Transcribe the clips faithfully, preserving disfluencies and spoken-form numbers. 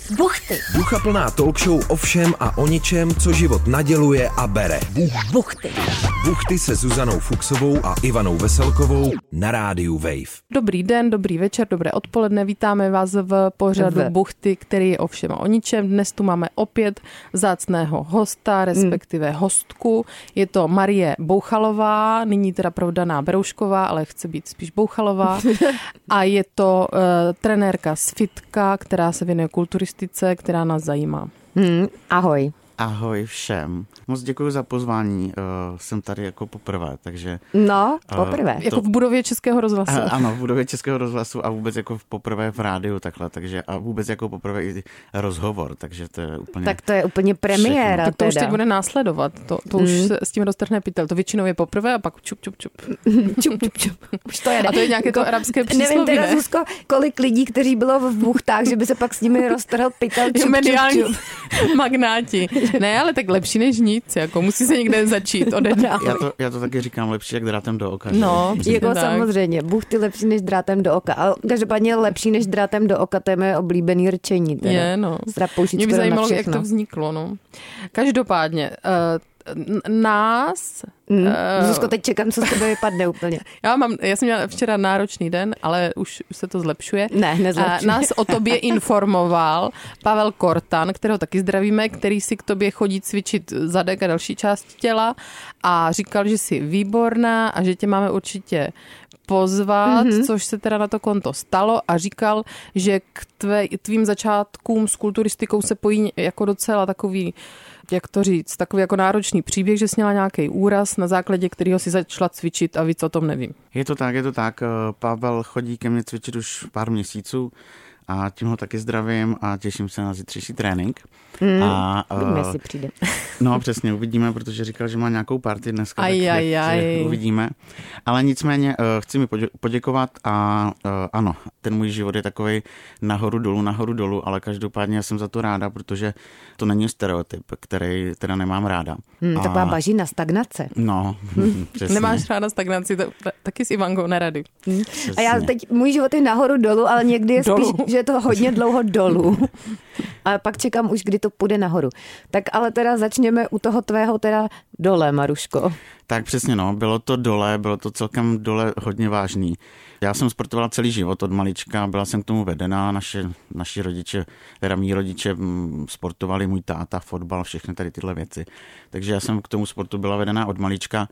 Buchty. Duchaplná talk show o všem a o ničem, co život naděluje a bere. Buchty. Buchty se Zuzanou Fuchsovou a Ivanou Veselkovou na rádiu Wave. Dobrý den, dobrý večer, dobré odpoledne. Vítáme vás v pořadu v. Buchty, který je o všem a o ničem. Dnes tu máme opět vzácného hosta, respektive mm. hostku. Je to Marie Bouchalová, nyní teda provdaná Beroušková, ale chce být spíš Bouchalová. A je to uh, trenérka z fitka, která se věnuje kulturistice, která nás zajímá. Hmm, ahoj. Ahoj všem. Moc děkuji za pozvání. Uh, jsem tady jako poprvé, takže... No, poprvé. Uh, to, jako v budově Českého rozhlasu. Uh, ano, v budově Českého rozhlasu a vůbec jako v poprvé v rádiu takhle, takže a vůbec jako poprvé i rozhovor, takže to je úplně... Tak to je úplně premiéra. Tak to teda. už teď bude následovat. To, to hmm. už se s tím roztrhne pytel. To většinou je poprvé a pak čup, čup, čup. čup, čup, čup. Už to jede. A to je nějaké to arabské přísloví, nevím teda, ne? Zuzko, kolik lidí, kteří bylo v buchtách, že by se pak s nimi roztrhl pytel. Čup, mediální čup, čup. magnáti. Ne, ale tak lepší než nic, jako musí se někde začít odehrát. Já to, já to taky říkám, lepší jak drátem do oka. No, jako tak. samozřejmě, buchty lepší než drátem do oka. Ale každopádně lepší než drátem do oka, to je moje oblíbený rčení. Teda. Je, no. Mě by zajímalo, jak to vzniklo, no. Každopádně, uh, nás... Mm. Uh, Zuzko, teď čekám, co z tebe vypadne úplně. Já, mám, já jsem měla včera náročný den, ale už se to zlepšuje. Ne, nezlepšuje. Uh, nás o tobě informoval Pavel Kortan, kterého taky zdravíme, který si k tobě chodí cvičit zadek a další část těla a říkal, že jsi výborná a že tě máme určitě pozvat, mm-hmm. což se teda na to konto stalo a říkal, že k tvé, tvým začátkům s kulturistikou se pojí jako docela takový, jak to říct, takový jako náročný příběh, že jsi měla nějaký úraz, na základě kterého si začala cvičit a víc o tom nevím. Je to tak, je to tak. Pavel chodí ke mně cvičit už pár měsíců a tím ho taky zdravím a těším se na zítřejší trénink. Mm, a, uvidíme, jestli přijde. No přesně, uvidíme, protože říkal, že má nějakou party dneska, aj, tak aj, aj. uvidíme. Ale nicméně uh, chci mi poděkovat a uh, ano, ten můj život je takovej nahoru dolů, nahoru dolů, ale každopádně já jsem za to ráda, protože to není stereotyp, který teda nemám ráda. Hmm, a... Taková bažina, stagnace. No, přesně. Nemáš ráda stagnaci, to, taky s Ivankou nerady. Hmm. A já teď, můj život je nahoru dolů, ale někdy je dolů. spíš, že je to hodně dlouho dolů. A pak čekám už, kdy to půjde nahoru. Tak ale teda začněme u toho tvého teda dole, Maruško. Tak přesně, no, bylo to dole, bylo to celkem dole hodně vážný. Já jsem sportovala celý život od malička, byla jsem k tomu vedená, naše, naši rodiče, teda mý rodiče sportovali, můj táta, fotbal, všechny tady tyhle věci. Takže já jsem k tomu sportu byla vedená od malička.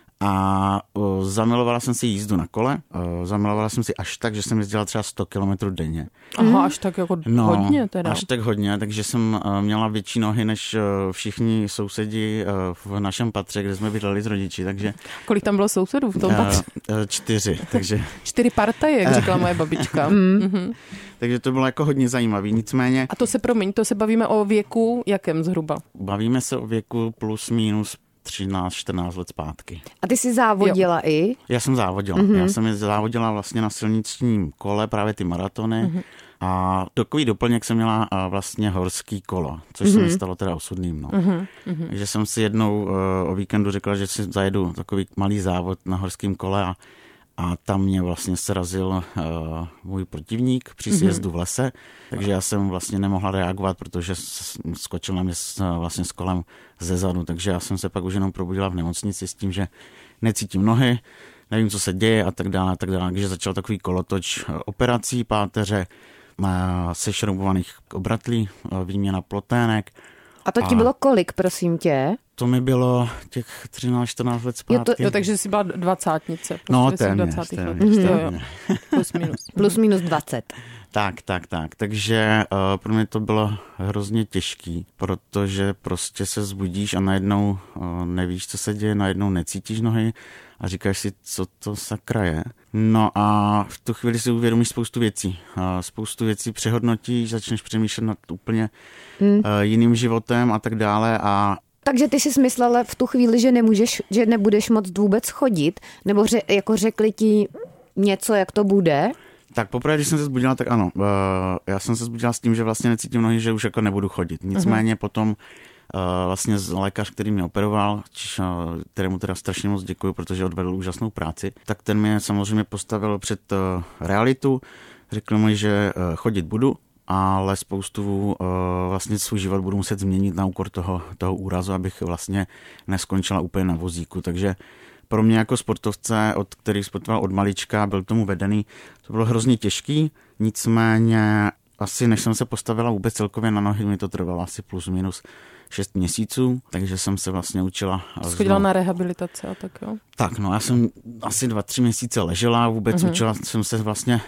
A o, zamilovala jsem si jízdu na kole, o, zamilovala jsem si až tak, že jsem jezdila třeba sto kilometrů denně. Aha, až tak jako no, hodně teda. až tak hodně, takže jsem o, měla větší nohy než o, všichni sousedi o, v našem patře, kde jsme bydleli s rodiči, takže... Kolik tam bylo sousedů v tom patře? O, čtyři, takže... Čtyři partaje, jak říkala moje babička. mm-hmm. Takže to bylo jako hodně zajímavý, nicméně... A to se, promiň, to se bavíme o věku, jakém zhruba? Bavíme se o věku plus minus třináct čtrnáct let zpátky. A ty jsi závodila jo. i? Já jsem závodila. Mm-hmm. Já jsem je závodila vlastně na silničním kole, právě ty maratony. Mm-hmm. A takový doplněk jsem měla vlastně horský kolo, což mm-hmm. se mi stalo teda osudným. No. Mm-hmm. Takže jsem si jednou uh, o víkendu řekla, že si zajedu takový malý závod na horském kole a A tam mě vlastně srazil uh, můj protivník při sjezdu v lese, takže já jsem vlastně nemohla reagovat, protože skočil na mě s, vlastně s kolem ze zadu, takže já jsem se pak už jenom probudila v nemocnici s tím, že necítím nohy, nevím, co se děje a tak dále, a tak dále. Takže začal takový kolotoč operací páteře, sešroubovaných obratlí, výměna plotének. A to ti a... bylo kolik, prosím tě? To mi bylo těch třináct čtrnáct let zpátky. Jo, to, jo, takže jsi byla dvacátnice. No, téměř, téměř, téměř. Plus minus. Plus minus dvacet. Tak, tak, tak. Takže uh, pro mě to bylo hrozně těžký, protože prostě se zbudíš a najednou uh, nevíš, co se děje, najednou necítíš nohy a říkáš si, co to sakra je. No a v tu chvíli si uvědomíš spoustu věcí. Uh, spoustu věcí přehodnotíš, začneš přemýšlet nad úplně hmm. uh, jiným životem a tak dále a takže ty jsi myslela v tu chvíli, že nemůžeš, že nebudeš moct vůbec chodit, nebo ře, jako řekli ti něco, jak to bude? Tak poprvé, když jsem se zbudila, tak ano. Uh, já jsem se zbudila s tím, že vlastně necítím nohy, že už jako nebudu chodit. Nicméně uh-huh. potom uh, vlastně lékař, který mě operoval, čiž, uh, kterému teda strašně moc děkuju, protože odvedl úžasnou práci, tak ten mě samozřejmě postavil před uh, realitu. Řekl mi, že uh, chodit budu ale spoustu uh, vlastně svůj život budu muset změnit na úkor toho, toho úrazu, abych vlastně neskončila úplně na vozíku. Takže pro mě jako sportovce, od který sportoval od malička, byl tomu vedený, to bylo hrozně těžký, nicméně asi než jsem se postavila vůbec celkově na nohy, mi to trvalo asi plus minus šest měsíců, takže jsem se vlastně učila. Schodila na rehabilitaci a tak jo? Tak, no já jsem asi dva, tři měsíce ležela, vůbec uh-huh. učila jsem se vlastně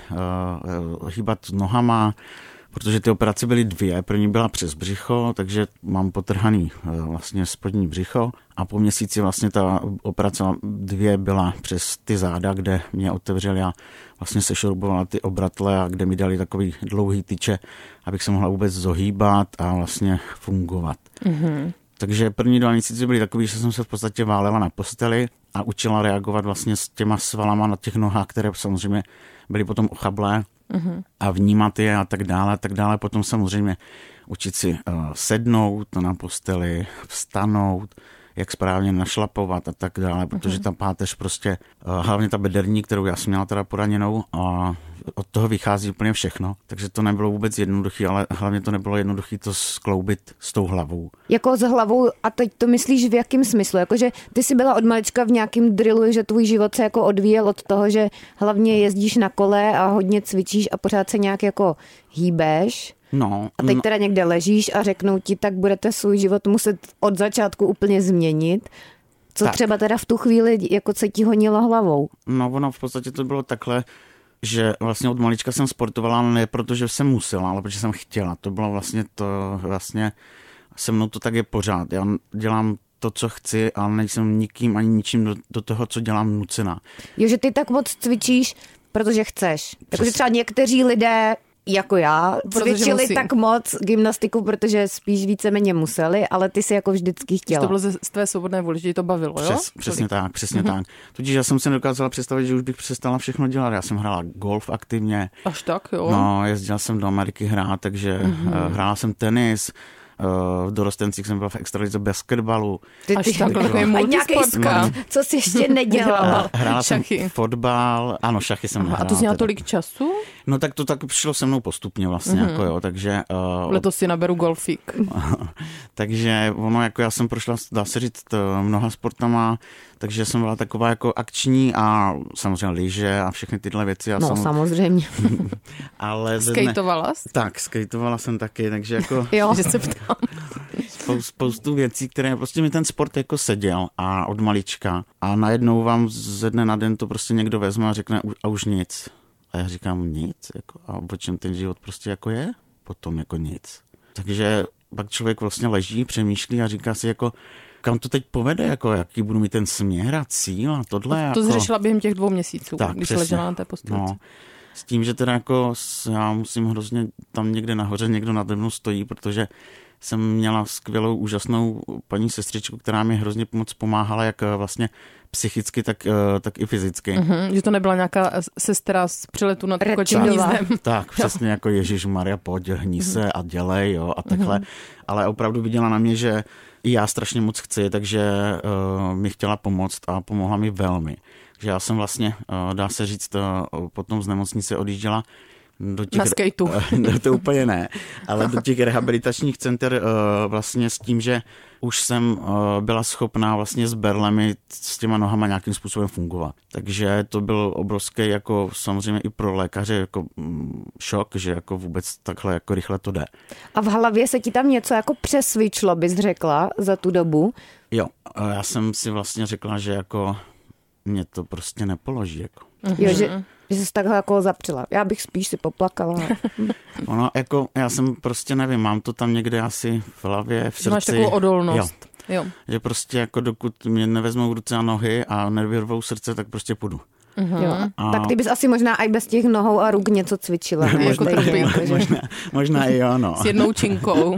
uh, hýbat nohama, protože ty operace byly dvě. První byla přes břicho, takže mám potrhaný uh, vlastně spodní břicho a po měsíci vlastně ta operace dvě byla přes ty záda, kde mě otevřeli a vlastně se šroubovala ty obratle a kde mi dali takový dlouhý tyče, abych se mohla vůbec zohýbat a vlastně fungovat. Mm-hmm. Takže první dva měsíce byly takový, že jsem se v podstatě válela na posteli a učila reagovat vlastně s těma svalama na těch nohách, které samozřejmě byly potom ochablé mm-hmm. a vnímat je a tak dále, a tak dále. Potom samozřejmě učit si uh, sednout na posteli, vstanout, jak správně našlapovat a tak dále, protože ta páteř prostě, hlavně ta bederní, kterou já jsem měla teda poraněnou, a od toho vychází úplně všechno. Takže to nebylo vůbec jednoduché, ale hlavně to nebylo jednoduché to skloubit s tou hlavou. Jako s hlavou, a teď to myslíš v jakém smyslu? Jakože ty jsi byla od malička v nějakém drillu, že tvůj život se jako odvíjel od toho, že hlavně jezdíš na kole a hodně cvičíš a pořád se nějak jako hýbeš. No, a teď no. teda někde ležíš a řeknou ti, tak budete svůj život muset od začátku úplně změnit. Co tak. třeba teda v tu chvíli, jako se ti honilo hlavou? No ono v podstatě to bylo takhle, že vlastně od malička jsem sportovala, ale ne protože jsem musela, ale protože jsem chtěla. To bylo vlastně to, vlastně se mnou to tak je pořád. Já dělám to, co chci, ale nejsem nikým ani ničím do, do toho, co dělám, nucená. Jo, že ty tak moc cvičíš, protože chceš. Takže třeba někteří lidé jako já, cvičili tak moc gymnastiku, protože spíš víceméně museli, ale ty si jako vždycky chtěla. To bylo z tvé svobodné vůle, že ti to bavilo, jo? Přes, přesně tak, přesně mm-hmm. tak. Tudíž já jsem si nedokázala představit, že už bych přestala všechno dělat. Já jsem hrála golf aktivně. Až tak, jo? No, jezdila jsem do Ameriky hrát, takže mm-hmm. hrála jsem tenis. V dorostencích jsem byla v extralize basketbalu. Ty, ty, Až takový multisportka. Co jsi ještě nedělala? Hrála šachy. jsem fotbal, ano, šachy jsem hrála. A to jsi měla tolik času? No tak to tak šlo se mnou postupně vlastně, mm-hmm. jako jo, takže... Uh, Letos si naberu golfík. Takže ono, jako já jsem prošla, dá se říct, mnoha sportama, takže jsem byla taková jako akční a samozřejmě lyže a všechny tyhle věci. Já no jsem... samozřejmě. Ale skejtovala jsi? Tak, skejtovala jsem taky, takže jako... jo, že se ptám. Spou- spoustu věcí, které prostě mi ten sport jako seděl a od malička a najednou vám ze dne na den to prostě někdo vezme a řekne a už nic. A já říkám nic, jako, a o čem ten život prostě jako je? Potom jako nic. Takže pak člověk vlastně leží, přemýšlí a říká si jako, kam to teď povede, jako jaký budu mít ten směr a cíl a tohle. To, to jako... jsi řešila během těch dvou měsíců, tak, když přesně. ležela na té posteli. No, s tím, že teda jako já musím hrozně tam někde nahoře někdo nade mnou stojí, protože jsem měla skvělou, úžasnou paní sestřičku, která mi hrozně moc pomáhala, jak vlastně psychicky, tak, tak i fyzicky. Mm-hmm, že to nebyla nějaká sestra z přeletu nad kočím hnízdem. Tak, přesně jako Ježišmarja, pojď, hní se a dělej, jo, a takhle. Mm-hmm. Ale opravdu viděla na mě, že i já strašně moc chci, takže uh, mi chtěla pomoct a pomohla mi velmi. Že já jsem vlastně, uh, dá se říct, uh, potom z nemocnice odjížděla do těch, na skateu. No, to úplně ne, ale do těch rehabilitačních center uh, vlastně s tím, že už jsem uh, byla schopná vlastně s berlemi s těma nohama nějakým způsobem fungovat. Takže to byl obrovský jako samozřejmě i pro lékaře jako mm, šok, že jako vůbec takhle jako rychle to jde. A v hlavě se ti tam něco jako přesvičlo, bys řekla, za tu dobu? Jo, já jsem si vlastně řekla, že jako mě to prostě nepoloží. Jako. Mm-hmm. Jo, že, že jsi takhle jako zapřela. Já bych spíš si poplakala. Ono, jako, já jsem prostě nevím, mám to tam někde asi v hlavě, v srdci. Máš takovou odolnost. Jo. Jo. Že prostě jako dokud mě nevezmou ruce a nohy a nevyrvou srdce, tak prostě půjdu. Mm-hmm. Jo. A... Tak ty bys asi možná i bez těch nohou a ruk něco cvičila. Ne? možná, jako možná, možná, možná i jo, no. S jednou činkou.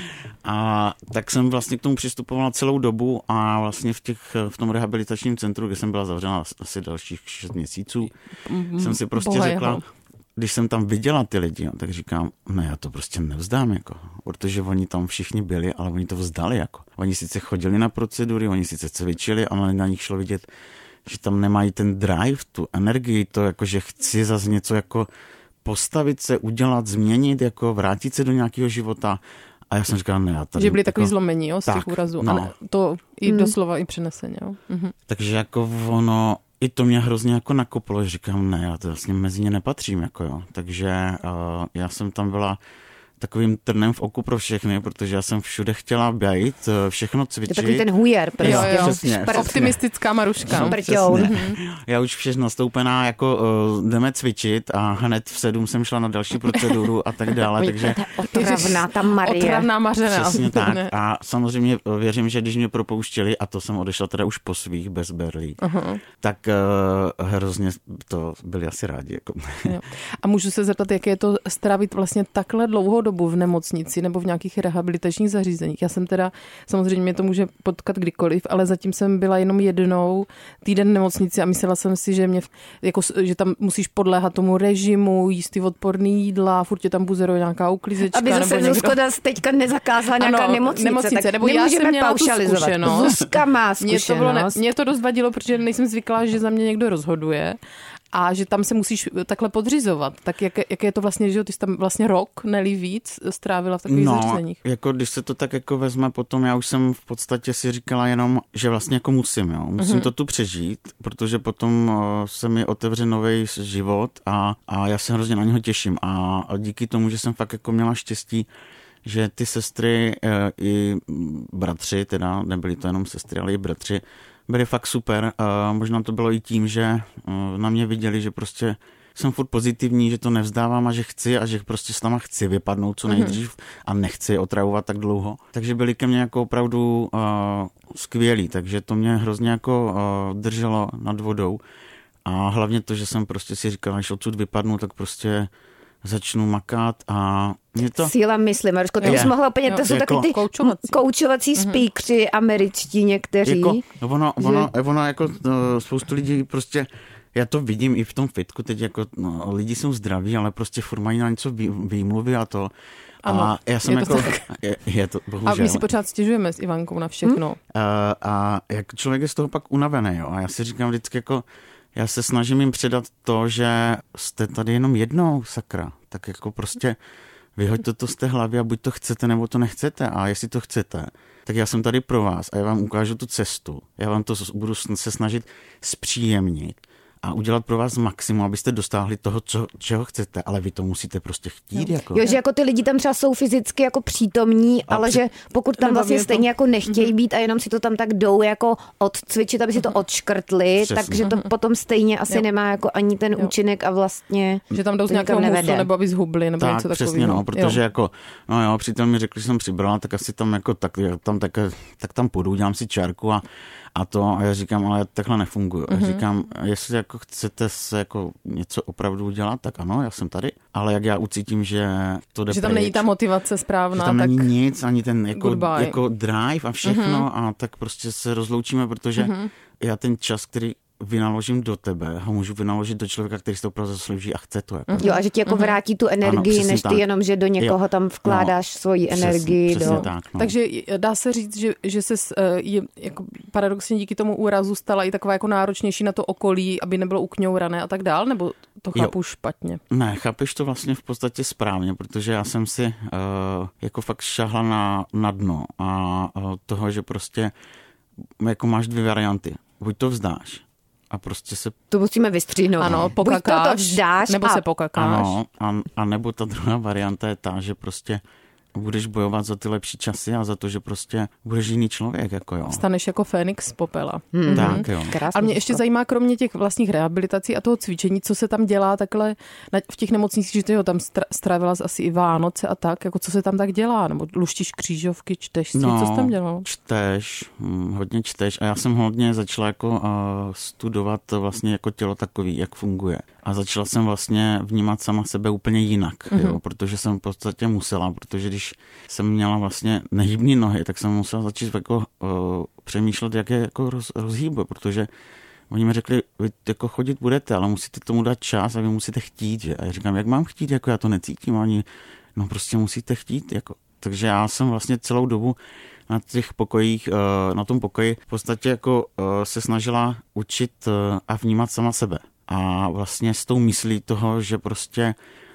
A tak jsem vlastně k tomu přistupovala celou dobu a vlastně v, těch, v tom rehabilitačním centru, kde jsem byla zavřena asi dalších šest měsíců, mm, jsem si prostě Boha řekla, jeho. Když jsem tam viděla ty lidi, tak říkám, ne, já to prostě nevzdám, jako, protože oni tam všichni byli, ale oni to vzdali. Jako. Oni sice chodili na procedury, oni sice cvičili, ale na nich šlo vidět, že tam nemají ten drive, tu energii, to jako, že chci zase něco jako postavit se, udělat, změnit, jako vrátit se do nějakého života. A já jsem říkal, ne. Já tady, že byli jako, takový zlomení, jo, z těch úrazů. No. Ale to i hmm. doslova i přeneseně, jo. Mhm. Takže jako ono, i to mě hrozně jako nakoplo, že říkám, ne, já to vlastně mezi ně nepatřím, jako jo. Takže uh, já jsem tam byla takovým trnem v oku pro všechny, protože já jsem všude chtěla být, všechno cvičit. To je takový ten hujer, prostě. Jo, jo. Přesně, optimistická Maruška. No, přesně. Já už všechno nastoupená, jako uh, jdeme cvičit a hned v sedm jsem šla na další proceduru a tak dále. Takže otravná ta Marie. Otravná Mařena. Přesně tak. A samozřejmě věřím, že když mě propouštěli, a to jsem odešla teda už po svých bez berlí, uh-huh. tak uh, hrozně to byli asi rádi. Jako. A můžu se zeptat, jak je to strávit vlastně takhle dlouhou dobu v nemocnici nebo v nějakých rehabilitačních zařízeních. Já jsem teda, samozřejmě mě to může potkat kdykoliv, ale zatím jsem byla jenom jednou týden v nemocnici a myslela jsem si, že mě, jako, že tam musíš podléhat tomu režimu, jíst ty odporný jídla, furt tě tam buzeruje nějaká uklízečka. Aby zase nebo Zuzko někdo... teďka nezakázala nějaká ano, nemocnice, nemocnice, tak nebo já jsem měla tu zkušenost. Zuzka má zkušenost. Mě to, bylo ne, mě to dost vadilo, protože nejsem zvyklá, že za mě někdo rozhoduje. A že tam se musíš takhle podřizovat. Tak jak, jak je to vlastně, že ty jsi tam vlastně rok, ne-li víc, strávila v takových no, zařízeních? Jako když se to tak jako vezme potom, já už jsem v podstatě si říkala jenom, že vlastně jako musím, jo. Musím uh-huh. to tu přežít, protože potom uh, se mi otevře nový život a, a já se hrozně na něho těším. A, a díky tomu, že jsem fakt jako měla štěstí, že ty sestry uh, i bratři, teda nebyli to jenom sestry, ale i bratři, byli fakt super. Uh, možná to bylo i tím, že uh, na mě viděli, že prostě jsem furt pozitivní, že to nevzdávám a že chci a že prostě s náma chci vypadnout co nejdřív mm-hmm. a nechci otravovat tak dlouho. Takže byli ke mně jako opravdu uh, skvělí, takže to mě hrozně jako uh, drželo nad vodou. A hlavně to, že jsem prostě si říkal, až odsud vypadnu, tak prostě začnu makat a mě to... Síla mysli, Maruško, to už mohla úplně, to jsou jako, taky ty koučovací, koučovací mm-hmm. speakři američtí někteří. Jako, ono, ono, ono jako spoustu lidí prostě, já to vidím i v tom fitku, teď jako no, lidi jsou zdraví, ale prostě furt mají na něco výmluvy a to. Ano, a já jsem je jako... Je, je to, bohužel. A my si pořád stěžujeme s Ivankou na všechno. Hmm? A, a jak člověk je z toho pak unavený, jo, a já si říkám vždycky jako, já se snažím jim předat to, že jste tady jenom jednou, sakra, tak jako prostě vyhoďte to z té hlavy a buď to chcete, nebo to nechcete. A jestli to chcete, tak já jsem tady pro vás a já vám ukážu tu cestu. Já vám to budu se snažit zpříjemnit a udělat pro vás maximum, abyste dostáhli toho, co, čeho chcete, ale vy to musíte prostě chtít. Jo, jako. jo, že jako ty lidi tam třeba jsou fyzicky jako přítomní, a ale při... že pokud tam vlastně stejně jako nechtějí být a jenom si to tam tak jdou jako odcvičit, aby si to odškrtli, přesně. Takže to potom stejně asi jo. nemá jako ani ten jo. účinek a vlastně že tam jdou z nějakého musu, nebo aby zhubli, nebo tak, něco takového. Přesně, no, protože jo. jako, no jo, přitom mi řekli, že jsem přibrala, tak asi tam jako, tak, tam, tak, tak tam půjdu, dělám si čárku a A to, a já říkám, ale takhle nefunguje. Mm-hmm. Já říkám, jestli jako chcete se jako něco opravdu udělat, tak ano, já jsem tady, ale jak já ucítím, že to jde že tam pryč, není ta motivace správná, že tam tak není nic, ani ten jako, jako drive a všechno mm-hmm. a tak prostě se rozloučíme, protože mm-hmm. já ten čas, který vynaložím do tebe, ho můžu vynaložit do člověka, který se to opravdu zaslouží a chce to. Jako. Jo, a že ti jako vrátí tu energii, ano, než ty tak. Jenom, že do někoho jo. tam vkládáš no, svoji přesně, energii. Přesně do... tak, no. Takže dá se říct, že, že se je, jako paradoxně díky tomu úrazu stala i taková jako náročnější na to okolí, aby nebylo ukňourané a tak dál, nebo to chápu jo. špatně? Ne, chápeš to vlastně v podstatě správně, protože já jsem si uh, jako fakt šahla na, na dno a uh, toho, že prostě jako máš dvě varianty. Buď to vzdáš, a prostě se... To musíme vystříhnout. Ano, pokakáš, buď to, to vzdáš nebo a... se pokakáš. Ano, a, a nebo ta druhá varianta je ta, že prostě budeš bojovat za ty lepší časy a za to, že prostě budeš jiný člověk. Jako jo. Staneš jako Fénix z popela. Hmm. Tak, jo. A mě ještě zajímá, kromě těch vlastních rehabilitací a toho cvičení, co se tam dělá takhle v těch nemocnicích, že ty ho tam strávila asi i Vánoce a tak, jako co se tam tak dělá? Nebo luštíš křížovky, čteš si, no, co jsi tam dělal? čteš, hodně čteš a já jsem hodně začala jako uh, studovat vlastně jako tělo takový, jak funguje. A začala jsem vlastně vnímat sama sebe úplně jinak, mm-hmm. jo, protože jsem v podstatě musela, protože když jsem měla vlastně nehybný nohy, tak jsem musela začít jako uh, přemýšlet, jak je jako roz, rozhýbu, protože oni mi řekli, vy jako chodit budete, ale musíte tomu dát čas a vy musíte chtít, že? A já říkám, jak mám chtít, jako já to necítím, a oni, no prostě musíte chtít, jako. Takže já jsem vlastně celou dobu na těch pokojích, uh, na tom pokoji v podstatě jako uh, se snažila učit uh, a vnímat sama sebe. A vlastně s tou myslí toho, že prostě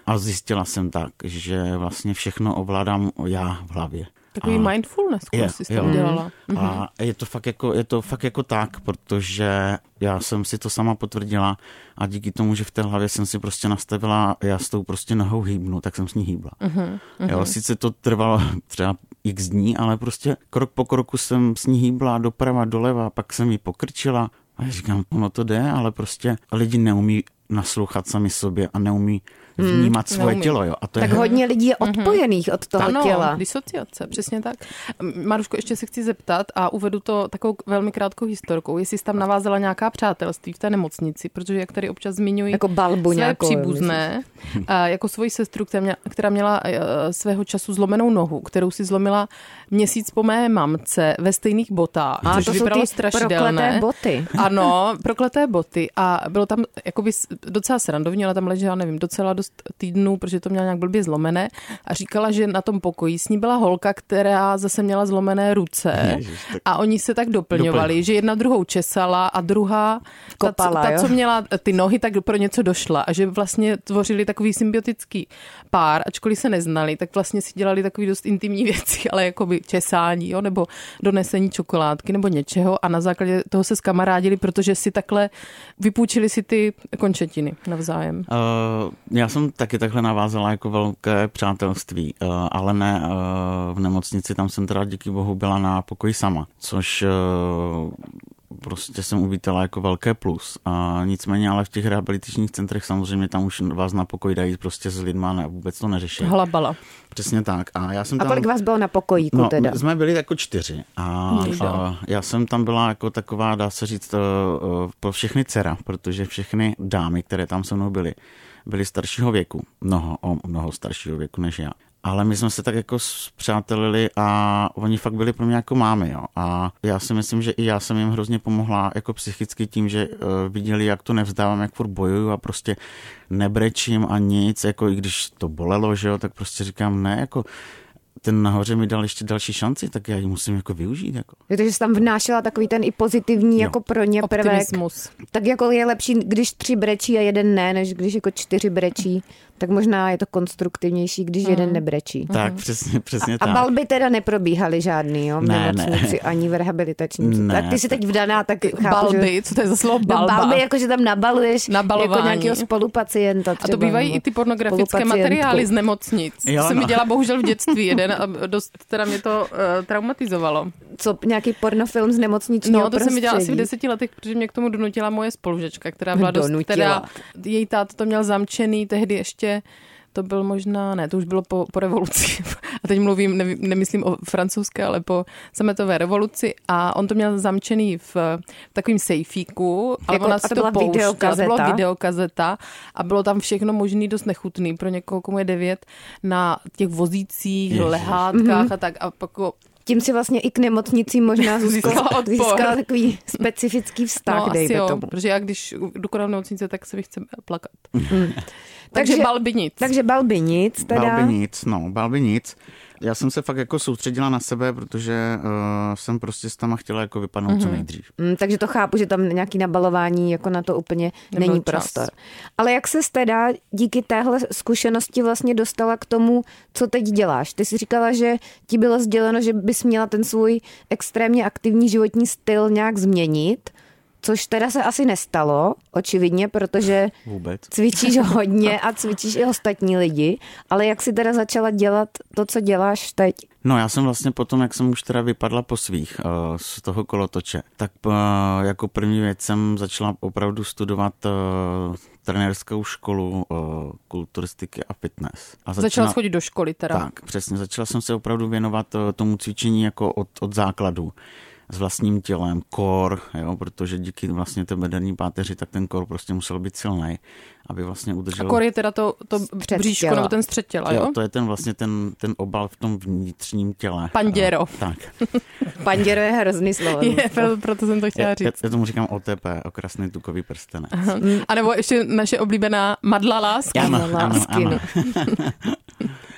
A zjistila jsem tak, že vlastně všechno ovládám já v hlavě. Takový a mindfulness, který jsi to udělala. A je to, fakt jako, je to fakt jako tak, protože já jsem si to sama potvrdila a díky tomu, že v té hlavě jsem si prostě nastavila, já s tou prostě nohou hýbnu, tak jsem s ní hýbla. Uh-huh, uh-huh. Jo, sice to trvalo třeba x dní, ale prostě krok po kroku jsem s ní hýbla doprava, doleva, pak jsem ji pokrčila a já říkám, ono to jde, ale prostě lidi neumí naslouchat sami sobě a neumí vnímat hmm, svoje tělo. Jo. A to tak je... hodně lidí je odpojených mm-hmm. od toho ano, těla. Disociace, přesně tak. Maruško, ještě se chci zeptat a uvedu to takovou velmi krátkou historkou. Jestli jsi tam navázala nějaká přátelství v té nemocnici, protože jak tady občas zmiňuji jako balbu své nějakou, příbuzné, a jako svoji sestru, která měla, která měla svého času zlomenou nohu, kterou si zlomila měsíc po mé mamce ve stejných botách, a což to vypadalo jsou ty strašidelné. prokleté boty. Ano, prokleté boty a bylo tam jakoby docela srandovní, ona tam ležela, nevím, docela dost týdnů, protože to měla nějak blbě zlomené a říkala, že na tom pokoji s ní byla holka, která zase měla zlomené ruce. Ježiš, a oni se tak doplňovali, Doplň. že jedna druhou česala a druhá, Kopala, ta, ta co měla ty nohy, tak pro něco došla a že vlastně tvořili takový symbiotický pár, ačkoliv se neznali, tak vlastně si dělali takový dost intimní věci, ale jakoby česání, jo, nebo donesení čokoládky nebo něčeho a na základě toho se skamarádili, protože si takhle vypůjčili si ty končetiny navzájem. Uh, já jsem taky takhle navázala jako velké přátelství, uh, ale ne uh, v nemocnici, tam jsem teda díky bohu byla na pokoji sama, což uh, prostě jsem uvítala jako velké plus. A nicméně ale v těch rehabilitačních centrech samozřejmě tam už vás na pokoj dají prostě s lidma, ne, vůbec to neřeší. Hlabala. Přesně tak. A, já jsem a tam, kolik vás bylo na pokojíku no, teda? Jsme byli jako čtyři. A, a já jsem tam byla jako taková, dá se říct, pro všechny dcera, protože všechny dámy, které tam se mnou byly, byly staršího věku. Mnoho, o mnoho staršího věku než já. Ale my jsme se tak jako spřátelili a oni fakt byli pro mě jako mámy, jo. A já si myslím, že i já jsem jim hrozně pomohla jako psychicky tím, že uh, viděli, jak to nevzdávám, jak furt bojuju a prostě nebrečím a nic, jako i když to bolelo, že jo, tak prostě říkám ne, jako ten nahoře mi dal ještě další šanci, tak já ji musím jako využít. Jako. Takže jsi tam vnášela takový ten i pozitivní jo. jako pro ně prvek. Optimismus. Tak jako je lepší, když tři brečí a jeden ne, než když jako čtyři brečí. Tak možná je to konstruktivnější, když mm. jeden nebrečí. Tak, přesně, přesně a, tak. A balby teda neprobíhaly žádný, jo? V ne, nemocnici, ne. ani v rehabilitační. Ne, tak ty jsi teď vdaná, tak chápu, balby, že... co to je za slovo balba? No, balby, jako že tam nabaluješ Nabalování. jako nějakého spolupacienta. Třeba, a to bývají i ty pornografické materiály z nemocnic. Jo, to se no. mi dělala bohužel v dětství jeden a dost teda mě to uh, traumatizovalo. Co, nějaký pornofilm z nemocničního No, to prostředí? se mi dělala asi v deseti letech, protože mě k tomu donutila moje spolužečka, která byla dost, teda, její táta to měl zamčený, tehdy ještě to byl možná, ne, to už bylo po, po revoluci. A teď mluvím, ne, nemyslím o francouzské, ale po sametové revoluci. A on to měl zamčený v, v takovým sejfíku. Ale jako, ona a si to to byla pouštěla. videokazeta. To byla videokazeta a bylo tam všechno možný dost nechutný pro někoho, komu je devět, na těch vozících, Ježiš. lehátkách mm-hmm. a tak. A pak tím si vlastně i k nemocnicím možná získala, získala takový specifický vztah, no, dejme jo, tomu. Protože já když dokonám v nemocnici, tak se mi chce plakat. Mm. takže, takže balby nic. Takže balby nic. Teda. Balby nic, no, balby nic. Já jsem se fakt jako soustředila na sebe, protože uh, jsem prostě s tama chtěla jako vypadnout mm-hmm. co nejdřív. Mm, takže to chápu, že tam nějaký nabalování jako na to úplně Nebyl není čas. prostor. Ale jak ses teda díky téhle zkušenosti vlastně dostala k tomu, co teď děláš? Ty jsi říkala, že ti bylo sděleno, že bys měla ten svůj extrémně aktivní životní styl nějak změnit, což teda se asi nestalo, očividně, protože Vůbec. cvičíš hodně a cvičíš i ostatní lidi, ale jak jsi teda začala dělat to, co děláš teď? No já jsem vlastně potom, jak jsem už teda vypadla po svých uh, z toho kolotoče, tak uh, jako první věc jsem začala opravdu studovat uh, trenérskou školu uh, kulturistiky a fitness. A začala, začala chodit do školy teda. Tak, přesně. Začala jsem se opravdu věnovat uh, tomu cvičení jako od, od základu. S vlastním tělem, core, jo, protože díky vlastně té bederní páteři, tak ten core prostě musel být silný, aby vlastně udržel... A core je teda to, to bříško nebo ten střed těla, jo? jo? To je ten vlastně ten, ten obal v tom vnitřním těle. Panděro. A, tak. Panděro je hrozný slovo. Je, proto jsem to chtěla říct. Já, já tomu říkám O T P, okrasný tukový prstenec. A nebo ještě naše oblíbená madla lásky. Ano, ano, ano.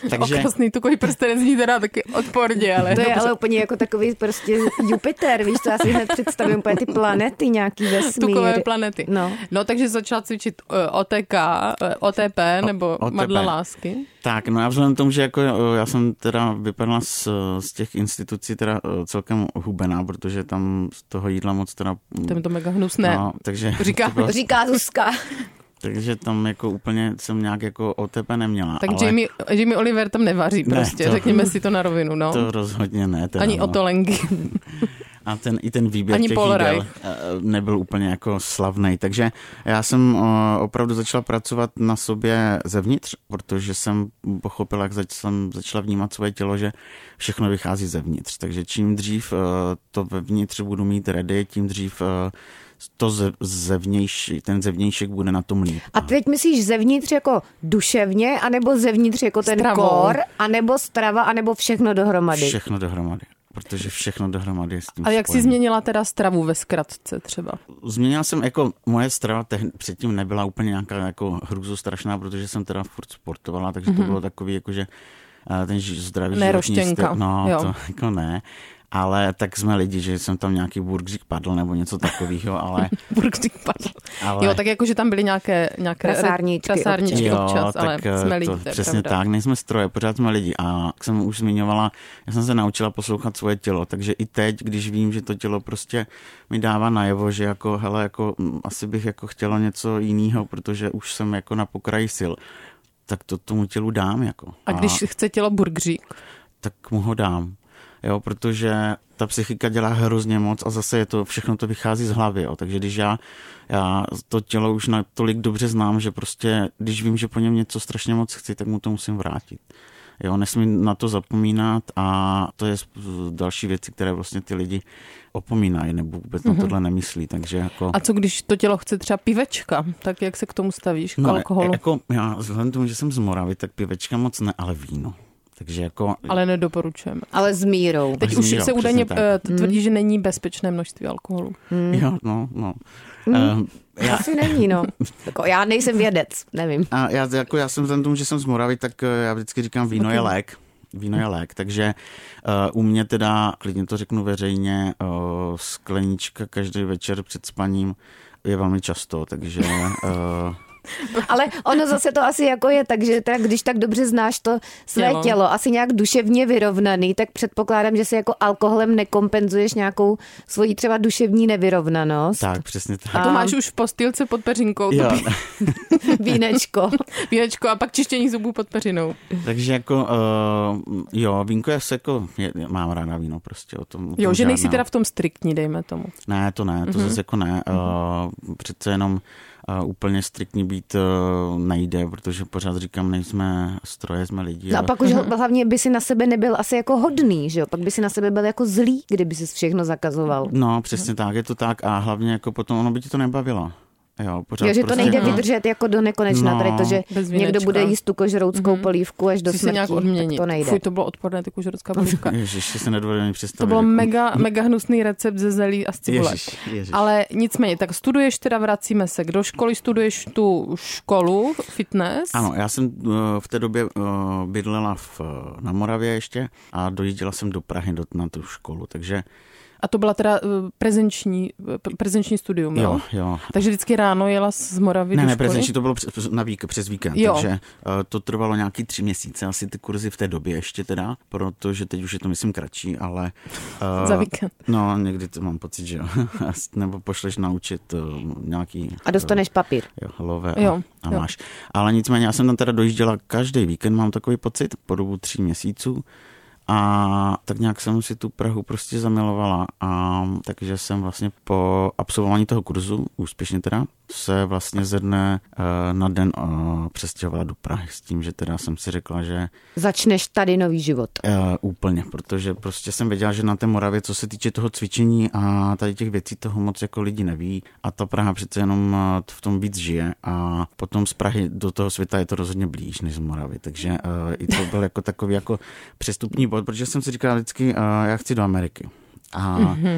Takže... Okrasný tukový prstenec zní teda taky odporně, ale... To je dobře. ale úplně jako takový prostě Jupiter, víš, to já si hned představím úplně ty planety nějaký vesmír. Tukové planety. No. no, takže začala cvičit uh, O T K, uh, O T P nebo O T P. Madla lásky. Tak, no já vzhledem k tomu, že jako já jsem teda vypadla z, z těch institucí teda celkem hubená, protože tam z toho jídla moc teda... To je to mega hnusné. No, takže... Říká, bylo, Říká Zuzka. takže tam jako úplně jsem nějak jako O T P neměla. Tak ale... Jamie, Jamie Oliver tam nevaří Ne, prostě, to- řekněme si to na rovinu, no. To rozhodně ne. Teda, Ani no. Otolengy. A ten, i ten výběr Ani těch Paul jídel Reich. eh, nebyl úplně jako slavnej. Takže já jsem eh, opravdu začala pracovat na sobě zevnitř, protože jsem pochopila, jak zač, jsem začala vnímat svoje tělo, že všechno vychází zevnitř. Takže čím dřív eh, to vevnitř budu mít ready, tím dřív eh, to ze, zevnější, ten zevnějšek bude na tom líp. A teď myslíš zevnitř jako duševně, anebo zevnitř jako ten Stravou. kor, anebo strava, anebo všechno dohromady? Všechno dohromady. Protože všechno dohromady je s tím A jak jsi spojené. změnila teda stravu ve zkratce třeba? Změnila jsem, jako moje strava tehn, předtím nebyla úplně nějaká jako hrůzu strašná, protože jsem teda furt sportovala, takže mm-hmm. to bylo takový, jakože eh, ten ži- zdravý Ne životní roštěnka, styl. No, jo. to jako ne. Ale tak jsme lidi, že jsem tam nějaký burgerík padl nebo něco takového, ale... Burgerík padl. ale Jo, tak jako, že tam byly nějaké, nějaké Prasárničky prasárničky jo, občas, tak ale eh, jsme lidi, to, to je přesně pravda. tak, nejsme stroje, pořád jsme lidi. A jak jsem už zmiňovala, já jsem se naučila poslouchat svoje tělo, takže i teď, když vím, že to tělo prostě mi dává najevo, že jako, hele, jako, mm, asi bych jako chtěla něco jiného, protože už jsem jako na pokraji sil, tak to tomu tělu dám. Jako. A když chce tělo burgerík? Tak mu ho dám. Jo, protože ta psychika dělá hrozně moc a zase je to, všechno to vychází z hlavy, jo. Takže když já, já to tělo už natolik dobře znám, že prostě, když vím, že po něm něco strašně moc chci, tak mu to musím vrátit. Jo, nesmím na to zapomínat a to je další věci, které vlastně ty lidi opomínají nebo vůbec mm-hmm. na tohle nemyslí, takže jako... A co když to tělo chce třeba pivečka? Tak jak se k tomu stavíš, k no, alkoholu? Jako já, vzhledem k tomu, že jsem z Moravy, tak pivečka moc ne, ale víno. Takže jako... Ale nedoporučujeme. Ale s mírou. Teď S už mírou, se údajně přesně tak. uh, tvrdí, že není bezpečné množství alkoholu. Hmm. Jo, no, no. Hmm. Uh, já, Asi není, no. Jako, já nejsem vědec, nevím. A já, jako já jsem vzhledem tomu, že jsem z Moravy, tak já vždycky říkám, víno okay. je lék. Víno je lék, takže uh, u mě teda, klidně to řeknu veřejně, uh, sklenička každý večer před spaním je velmi často, takže... Uh, Ale ono zase to asi jako je, takže tak, když tak dobře znáš to své Tělo. tělo, asi nějak duševně vyrovnaný, tak předpokládám, že si jako alkoholem nekompenzuješ nějakou svoji třeba duševní nevyrovnanost. tak, přesně tak. A to A- máš už v postýlce pod peřinkou, to Jo, Vínečko. vínečko a pak čištění zubů pod peřinou. takže jako, uh, jo, vínko je se jako, je, mám ráda víno prostě o tom. O tom Jo, že nejsi žádná- teda v tom striktní, dejme tomu. Ne, to ne, to mm-hmm. zase jako ne. Uh, přece jenom uh, úplně striktní být uh, nejde, protože pořád říkám, nejsme stroje, jsme lidi. No a ale- pak už hlavně by si na sebe nebyl asi jako hodný, že jo? Pak by si na sebe byl jako zlý, kdyby si všechno zakazoval. No, přesně tak, je to tak a hlavně jako potom ono by ti to nebavilo. Jo, pořád Jo, že to prostě nejde jako- vydržet jako do nekonečna, No. tady to, že Bez někdo vínečka. bude jíst tu kožrouckou polívku až do Chci se nějak smrti, tak odměnit. to nejde. Fuj, to bylo odporné, ty kužerská polívka. Ježiš, ještě se nedovedu ani představit. To bylo jako- mega, mega hnusný recept ze zelí a z cibule. Ježiš, ježiš. Ale nicméně, tak studuješ teda, vracíme se do školy, studuješ tu školu, fitness. Ano, já jsem uh, v té době uh, bydlela v, uh, na Moravě ještě a dojížděla jsem do Prahy do, na tu školu, takže A to byla teda uh, prezenční, uh, prezenční studium, jo? jo, jo. Takže vždycky ráno jela z Moravy Ne, do ne, školy? prezenční to bylo přes, na vík, přes víkend, Jo. takže uh, to trvalo nějaký tři měsíce, asi ty kurzy v té době ještě teda, protože teď už je to myslím kratší, ale... Uh, Za víkend. No, někdy to mám pocit, že jo. Nebo pošleš naučit uh, nějaký... A dostaneš papír. Jo, love Jo, a, a jo. máš. Ale nicméně já jsem tam teda dojížděla každý víkend, mám takový pocit, po dobu tří měsíců. A tak nějak jsem si tu Prahu prostě zamilovala. A takže jsem vlastně po absolvování toho kurzu, úspěšně teda, se vlastně ze dne uh, na den uh, přestěhovala do Prahy s tím, že teda jsem si řekla, že Začneš tady nový život. uh, úplně, protože prostě jsem věděla, že na té Moravě, co se týče toho cvičení a tady těch věcí, toho moc jako lidi neví a ta Praha přece jenom uh, v tom víc žije a potom z Prahy do toho světa je to rozhodně blíž než z Moravy, takže uh, i to byl jako takový jako přestupní bod, protože jsem si říkala vždycky, uh, já chci do Ameriky. A, mm-hmm.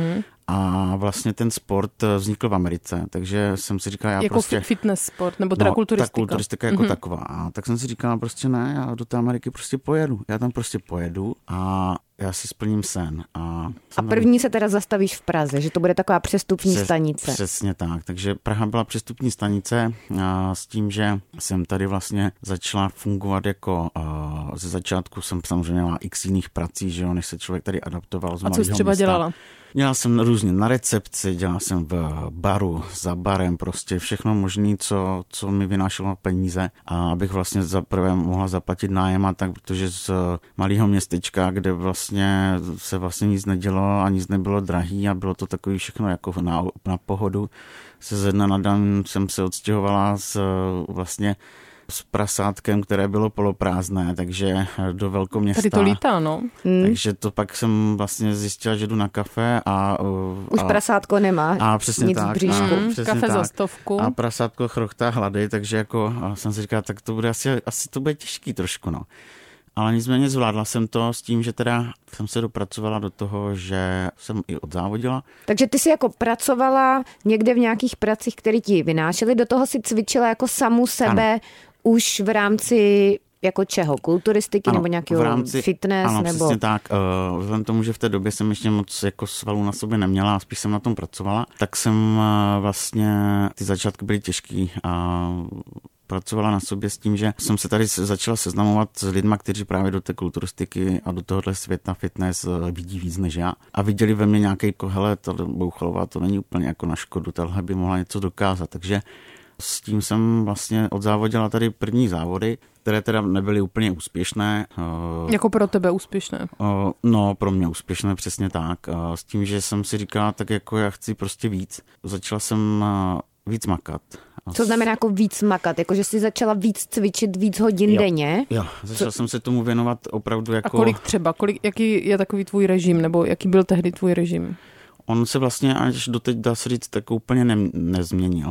A vlastně ten sport vznikl v Americe, takže jsem si říkal, já jako prostě... Jako fitness sport, nebo teda no, kulturistika? Tak kulturistika jako mm-hmm. taková. A tak jsem si říkal, prostě ne, já do té Ameriky prostě pojedu. Já tam prostě pojedu a já si splním sen. A, a první se teda zastavíš v Praze, že to bude taková přestupní Přes, stanice. Přesně tak. Takže Praha byla přestupní stanice a s tím, že jsem tady vlastně začala fungovat jako a ze začátku jsem samozřejmě měla x jiných prací, že jo, než se člověk tady adaptoval z malého města. A co jsi třeba dělala? Dělal jsem různě na recepci, dělal jsem v baru, za barem, prostě všechno možné, co, co mi vynášelo peníze a abych vlastně zaprvé mohla zaplatit nájem a tak, protože z malého městečka, kde vlastně se vlastně nic nedělo a nic nebylo drahý a bylo to takový všechno jako na, na pohodu, se ze dne na den jsem se odstěhovala z vlastně s prasátkem, které bylo poloprázdné, takže do velkoměsta. Tady to lítá, no. Hmm. Takže to pak jsem vlastně zjistila, že jdu na kafe a... Už a, prasátko nemá a přesně nic tak, v bříšku. A, přesně kafe tak. za stovku. A prasátko chrochtá hlady, takže jako jsem si říkala, tak to bude asi, asi to bude těžký trošku, no. Ale nicméně zvládla jsem to s tím, že teda jsem se dopracovala do toho, že jsem i odzávodila. Takže ty jsi jako pracovala někde v nějakých pracích, které ti vynášely, do toho si cvičila jako samu sebe ano. už v rámci jako čeho? Kulturistiky ano, nebo nějakého rámci, fitness? Ano, nebo... přesně tak. Uh, vzhledem tomu, že v té době jsem ještě moc jako svalů na sobě neměla a spíš jsem na tom pracovala, tak jsem uh, vlastně, ty začátky byly těžký a pracovala na sobě s tím, že jsem se tady začala seznamovat s lidma, kteří právě do té kulturistiky a do tohohle světa fitness vidí víc než já. A viděli ve mně nějaký jako, hele, to Bouchalová, to není úplně jako na škodu, tahle by mohla něco dokázat. Takže s tím jsem vlastně odzávodila tady první závody, které teda nebyly úplně úspěšné. Jako pro tebe úspěšné? No, pro mě úspěšné, přesně tak. S tím, že jsem si říkala, tak jako já chci prostě víc. Začala jsem víc makat. Co znamená jako víc makat? Jako, že jsi začala víc cvičit víc hodin jo. denně? Jo, začala Co? jsem se tomu věnovat opravdu jako... A kolik třeba? Kolik, jaký je takový tvůj režim? Nebo jaký byl tehdy tvůj režim? On se vlastně až doteď, dá se říct, tak úplně ne, nezměnil.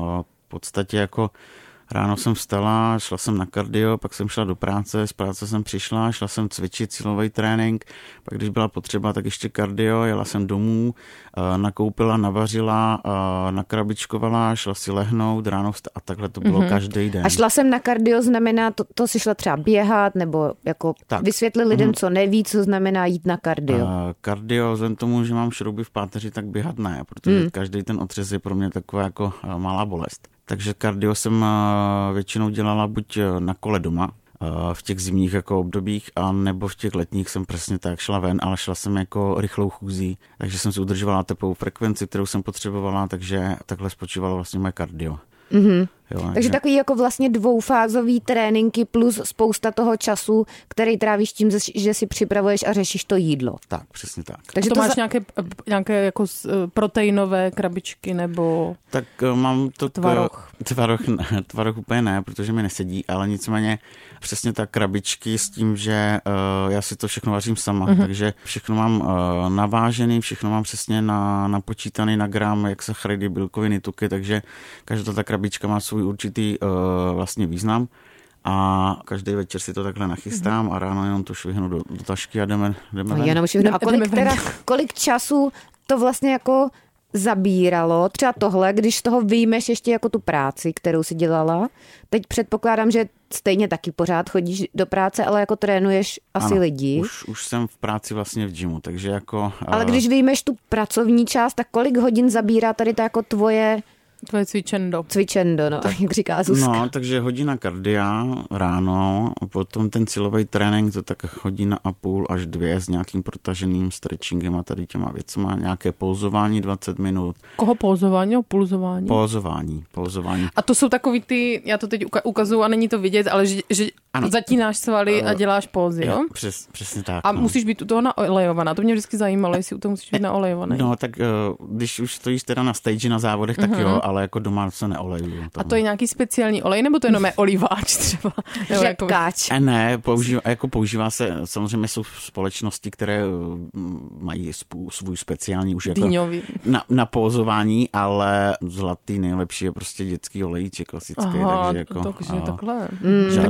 V podstatě jako ráno jsem vstala, šla jsem na kardio, pak jsem šla do práce, z práce jsem přišla, šla jsem cvičit silový trénink, pak když byla potřeba, tak ještě kardio, jela jsem domů, nakoupila, navařila, nakrabičkovala, šla si lehnout, ráno vstala a takhle to bylo mm-hmm. každý den. A šla jsem na kardio, znamená, to, to si šla třeba běhat, nebo jako vysvětlit lidem, mm-hmm. co neví, co znamená jít na kardio. Uh, kardio, vzhledem tomu, že mám šrouby v páteři, tak běhat ne, protože mm. každý ten otřes je pro mě taková jako malá bolest. Takže kardio jsem většinou dělala buď na kole doma, v těch zimních jako obdobích, a nebo v těch letních jsem přesně tak šla ven, ale šla jsem jako rychlou chůzí, takže jsem si udržovala teplou frekvenci, kterou jsem potřebovala, takže takhle spočívalo vlastně moje kardio. Mm-hmm. Jo, takže... takže takový jako vlastně dvoufázový tréninky plus spousta toho času, který trávíš tím, že si připravuješ a řešíš to jídlo. Tak, přesně tak. Takže to, to máš za... nějaké, nějaké jako proteinové krabičky nebo tak mám to tvaroh? K... Tvaroh, ne, tvaroh úplně ne, protože mi nesedí, ale nicméně přesně tak krabičky s tím, že uh, já si to všechno vařím sama, uh-huh. takže všechno mám uh, navážený, všechno mám přesně na, napočítaný na gram, jak sacharidy, bílkoviny, tuky, takže každá ta krabička má svůj určitý uh, vlastně význam a každý večer si to takhle nachystám a ráno jenom to švihnu do, do tašky a jdeme, jdeme no, jenom švihnu. A kolik, teda, kolik času to vlastně jako zabíralo, třeba tohle, když z toho vyjmeš ještě jako tu práci, kterou si dělala. Teď předpokládám, že stejně taky pořád chodíš do práce, ale jako trénuješ asi ano, lidi. Už, už jsem v práci vlastně v gymu, takže jako... Ale když vyjmeš tu pracovní část, tak kolik hodin zabírá tady ta jako tvoje... Tvoje cvičendo. Cvičendo, no, tak, jak říká Zuzka. No, takže hodina kardia ráno, potom ten silový trénink, to tak hodina a půl až dvě s nějakým protaženým stretchingem a tady těma věcma, nějaké pouzování dvacet minut. Koho pouzování nebo pulzování? Pouzování, pouzování. A to jsou takový ty, já to teď ukazuju a není to vidět, ale že, že zatínáš svaly a děláš pózy, jo? jo? Přes, přesně tak. A no. musíš být u toho naolejovaná, to mě vždycky zajímalo, jestli u toho musíš být naolejovaný. No, tak když už stojíš teda na stage na závodech, tak uh-huh. jo, ale jako doma se neolejuju. A to je nějaký speciální olej, nebo to jenom je oliváč třeba? Řepkáč. Jako... Ne, používá, jako používá se, samozřejmě jsou společnosti, které mají svůj speciální už jako na, na pózování, ale zlatý nejlepší je prostě dětský olejček klasický. Aha, takže jako, takže a, takhle. Mm, žádné, tak to je proto.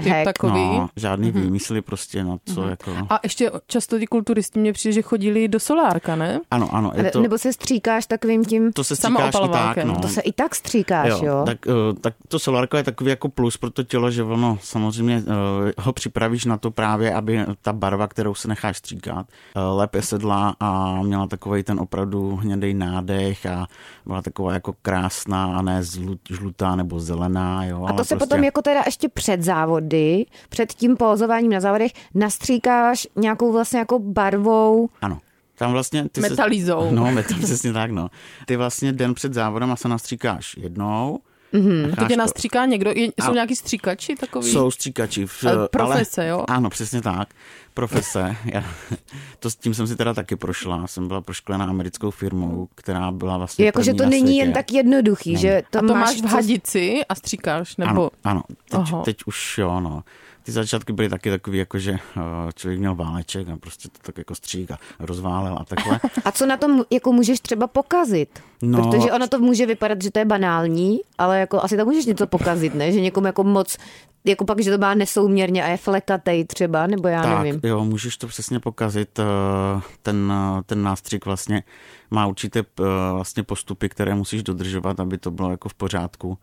hack. takový. No, žádný mm-hmm. výmysly prostě na co mm-hmm. jako... A ještě často ty kulturisti mě přijde, že chodili do solárka, ne? Ano, ano. Je to... Nebo se stříkáš takovým tím... To se stříkáš i tak, no. To se i tak stříkáš, jo. jo? Tak, tak to solárko je takový jako plus pro to tělo, že ono samozřejmě ho připravíš na to právě, aby ta barva, kterou se necháš stříkat, lépe sedla a měla takovej ten opravdu hnědej nádech a byla taková jako krásná a ne žlutá nebo zelená. Jo, a to se prostě... potom jako teda ještě před závody, před tím pózováním na závodech nastříkáš nějakou vlastně jako barvou. Ano. Tam vlastně ty metalízou. Se, no, metal, přesně tak, no. Ty vlastně den před závodem a se nastříkáš jednou. Mm-hmm. To tě nastříká někdo? Je, jsou a, nějaký stříkači takový? Jsou stříkači. V, profese, ale, jo? Ano, přesně tak. Profese. Já, to s tím jsem si teda taky prošla. Jsem byla proškolena americkou firmou, která byla vlastně jako, že to není světě. jen tak jednoduchý, ne. že to, a to máš máš v hadici a stříkáš? Nebo... Ano, ano. Teď, teď už jo, no. Ty začátky byly taky takový, jako že člověk měl váleček a prostě to tak jako střík a rozválel a takhle. A co na tom jako můžeš třeba pokazit? No, protože ono to může vypadat, že to je banální, ale jako asi tam můžeš něco pokazit, ne? Že někomu jako moc, jako pak, že to má nesouměrně a je flekatej třeba, nebo já tak, nevím. Jo, můžeš to přesně pokazit. Ten, ten nástřik vlastně má určité vlastně postupy, které musíš dodržovat, aby to bylo jako v pořádku.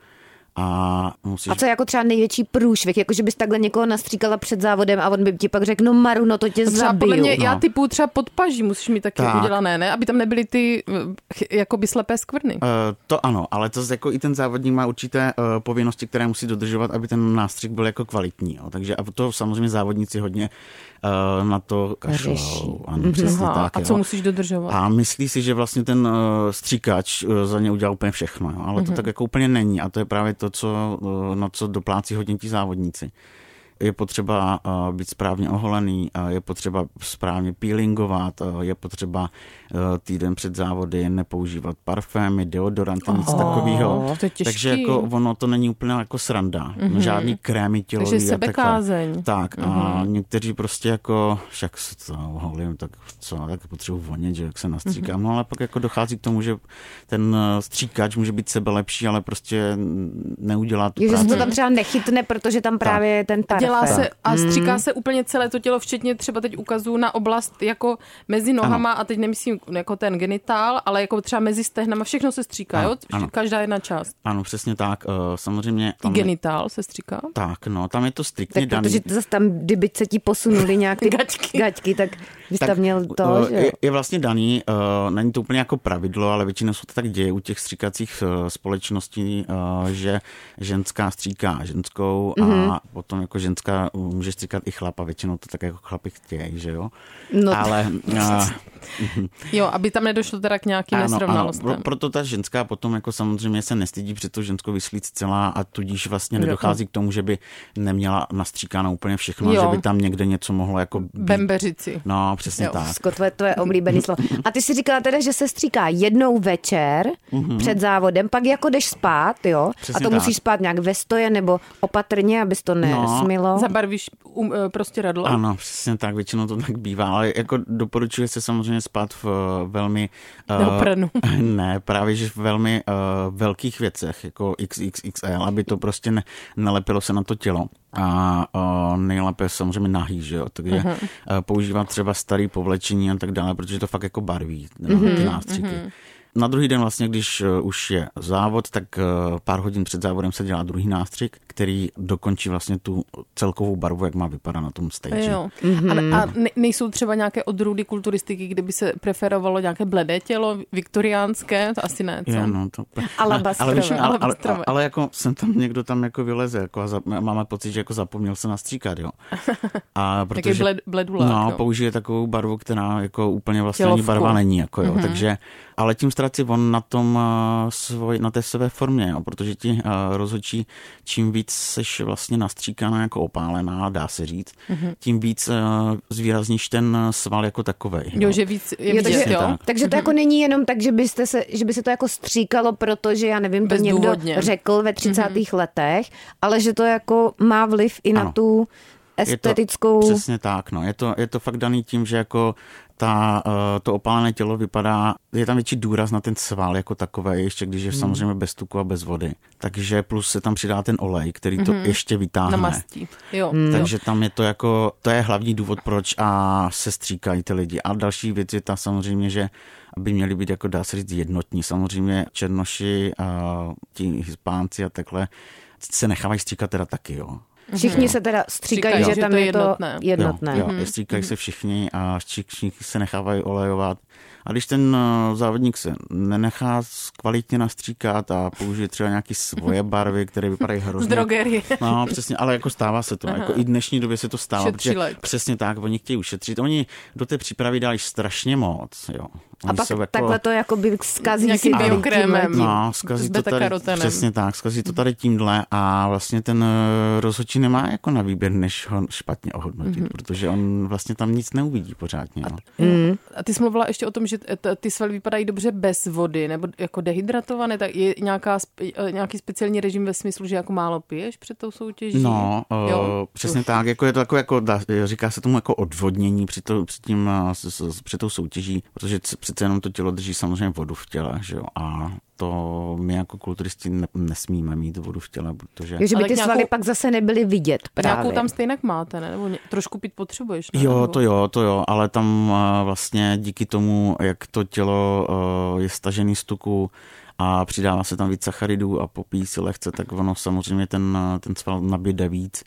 A, musíš... a co je jako třeba největší průšvih, jako že bys takhle někoho nastříkala před závodem a on by ti pak řekl, no Maru, no to tě zabiju. Podle mě, no. Já typu třeba pod paží musíš mít taky tak. udělané, ne? Aby tam nebyly ty jakoby slepé skvrny. Uh, to ano, ale to jako i ten závodník má určité uh, povinnosti, které musí dodržovat, aby ten nástřik byl jako kvalitní. Jo. Takže a to samozřejmě závodníci hodně uh, na to kašlou. Ano, přesně Aha, tak. a co jo. musíš dodržovat? A myslí si, že vlastně ten uh, stříkač uh, za ně udělal úplně všechno, jo. Ale mm-hmm. to tak jako úplně není a to je právě to, co, na co doplácí hodně ti závodníci. Je potřeba uh, být správně oholený, uh, je potřeba správně peelingovat, uh, je potřeba uh, týden před závody nepoužívat parfémy, deodoranty, nic oh, takového. Takže jako ono to není úplně jako sranda. Mm-hmm. Žádný krémy tělový. Takže sebekázeň. Tak mm-hmm. a někteří prostě jako, však se to holím, tak co, tak potřebuji vonět, že jak se nastříkám. Mm-hmm. No ale pak jako dochází k tomu, že ten stříkač může být sebe lepší, ale prostě neudělá tu je, práci. Že se to tam třeba nechytne, protože tam právě je ten parfém. Dělá se a stříká se úplně celé to tělo, včetně třeba teď ukazuju na oblast jako mezi nohama ano. a teď nemyslím jako ten genitál, ale jako třeba mezi stehnama, všechno se stříká, ano, jo? Ano. Každá jedna část. Ano, přesně tak. Uh, samozřejmě. I genitál se stříká? Tak, no, tam je to striktně tak daný. Protože zase tam, kdyby se ti posunuli nějak ty gaťky, gaťky tak bys tam měl to, uh, že je, je vlastně daný, uh, není to úplně jako pravidlo, ale většinou se to tak děje u těch stříkacích uh, společností, uh, že ženská stříká ženskou mm-hmm. a potom jako ženská může stříkat i chlapa, většinou to tak jako chlapi chtějí, že jo? No. Ale... Uh, jo, aby tam nedošlo teda k nějakým ano, nesrovnalostem. Ano, proto ta ženská potom jako samozřejmě se nestydí před to ženskou vyslít zcela a tudíž vlastně nedochází k tomu, že by neměla nastříkáno úplně všechno, jo. Že by tam někde něco mohlo jako být. Bembeřici. No, přesně jo. tak. Sko, to je tvoje oblíbený slovo. A ty si říkala teda, že se stříká jednou večer mm-hmm. před závodem, pak jako jdeš spát, jo? Přesně a to tak. Musíš spát nějak ve stoje nebo opatrně, abys to nesmilo. No. Zabarvíš um, prostě radlo. Ano, přesně tak, většinou to tak bývá, ale jako doporučuje se samozřejmě spát v uh, velmi... Neoprenu. Uh, ne, právě, že v velmi uh, velkých věcech, jako iks iks iks el, aby to prostě ne, nelepilo se na to tělo. A uh, nejlépe samozřejmě nahý, že jo, takže uh-huh. uh, používat třeba starý povlečení a tak dále, protože to fakt jako barví, uh-huh. ty nástřiky. Uh-huh. Na druhý den vlastně, když uh, už je závod, tak uh, pár hodin před závodem se dělá druhý nástřik, který dokončí vlastně tu celkovou barvu, jak má vypadat na tom stage. Jo. Mm-hmm. A, a nejsou třeba nějaké odrůdy kulturistiky, kde by se preferovalo nějaké bledé tělo, viktoriánské? To asi ne, co? Je, no, to... Alabastrové. Ale, ale, ale, ale, ale jako jsem tam někdo tam jako vyleze, jako a za, máme pocit, že jako zapomněl se nastříkat, jo. A protože, bled, bledulák, no, jo. použije takovou barvu, která jako úplně vlastně ani barva není, jako jo, mm-hmm. takže, ale tím ztrácí on na tom uh, svoj, na té své formě, jo, protože ti uh, rozhodčí, čím víc seš vlastně nastříkaná jako opálená, dá se říct, mm-hmm. tím víc uh, zvýrazníš ten sval jako takovej. Jo, jo že víc je vidět, takže, jo. Tak. Takže to mm-hmm. jako není jenom tak, že byste se, že by se to jako stříkalo, protože já nevím, to někdo řekl ve třicátých mm-hmm. letech, ale že to jako má vliv i na ano. tu estetickou... Je to, přesně tak, no. Je to, je to fakt daný tím, že jako ta, to opálené tělo vypadá, je tam větší důraz na ten sval jako takové, ještě když je hmm. samozřejmě bez tuku a bez vody. Takže plus se tam přidá ten olej, který to hmm. ještě vytáhne. Namastí. Jo. Hmm. Takže tam je to jako, to je hlavní důvod, proč a se stříkají ty lidi. A další věc je ta samozřejmě, že aby měli být, jako dá se říct, jednotní. Samozřejmě černoši a ti Hispánci a takhle se nechávají stříkat teda taky, jo. Všichni se teda stříkají, jo, že tam je to jednotné. jednotné. Jo, jo, stříkají se všichni a všichni se nechávají olejovat. A když ten závodník se nenechá kvalitně nastříkat a použije třeba nějaké svoje barvy, které vypadají hrozně. Z drogerie. No, přesně, ale jako stává se to. Aha. Jako i dnešní době se to stává. Protože přesně tak, oni chtějí ušetřit. Oni do té přípravy dávají strašně moc. Jo. A pak jako, takhle to jakoby zkazí si biokrémem. No, zkazí to tady, přesně tak, zkazí to tady tímhle a vlastně ten rozhodčí nemá jako na výběr, než ho špatně ohodnotit, mm-hmm. protože on vlastně tam nic neuvidí pořádně. No. A, mm. a ty jsi mluvila ještě o tom, že ty svaly vypadají dobře bez vody, nebo jako dehydratované, tak je nějaká, nějaký speciální režim ve smyslu, že jako málo piješ před tou soutěží? No, jo? přesně Uf. tak, jako je to takové, jako, říká se tomu jako odvodnění před, to, před, tím, před tou soutěží, protože přece jenom to tělo drží samozřejmě vodu v těle, že jo, a to my jako kulturisti ne, nesmíme mít vodu v těle, protože... Takže by ty nějakou, svaly pak zase nebyly vidět právě. Nějakou tam stejnak máte, ne? Nebo ně, trošku pít potřebuješ, ne? Jo, to jo, to jo, ale tam uh, vlastně díky tomu, jak to tělo uh, je stažený z tuku a přidává se tam víc sacharidů a popíjí si lehce, tak ono samozřejmě ten, ten sval nabíde víc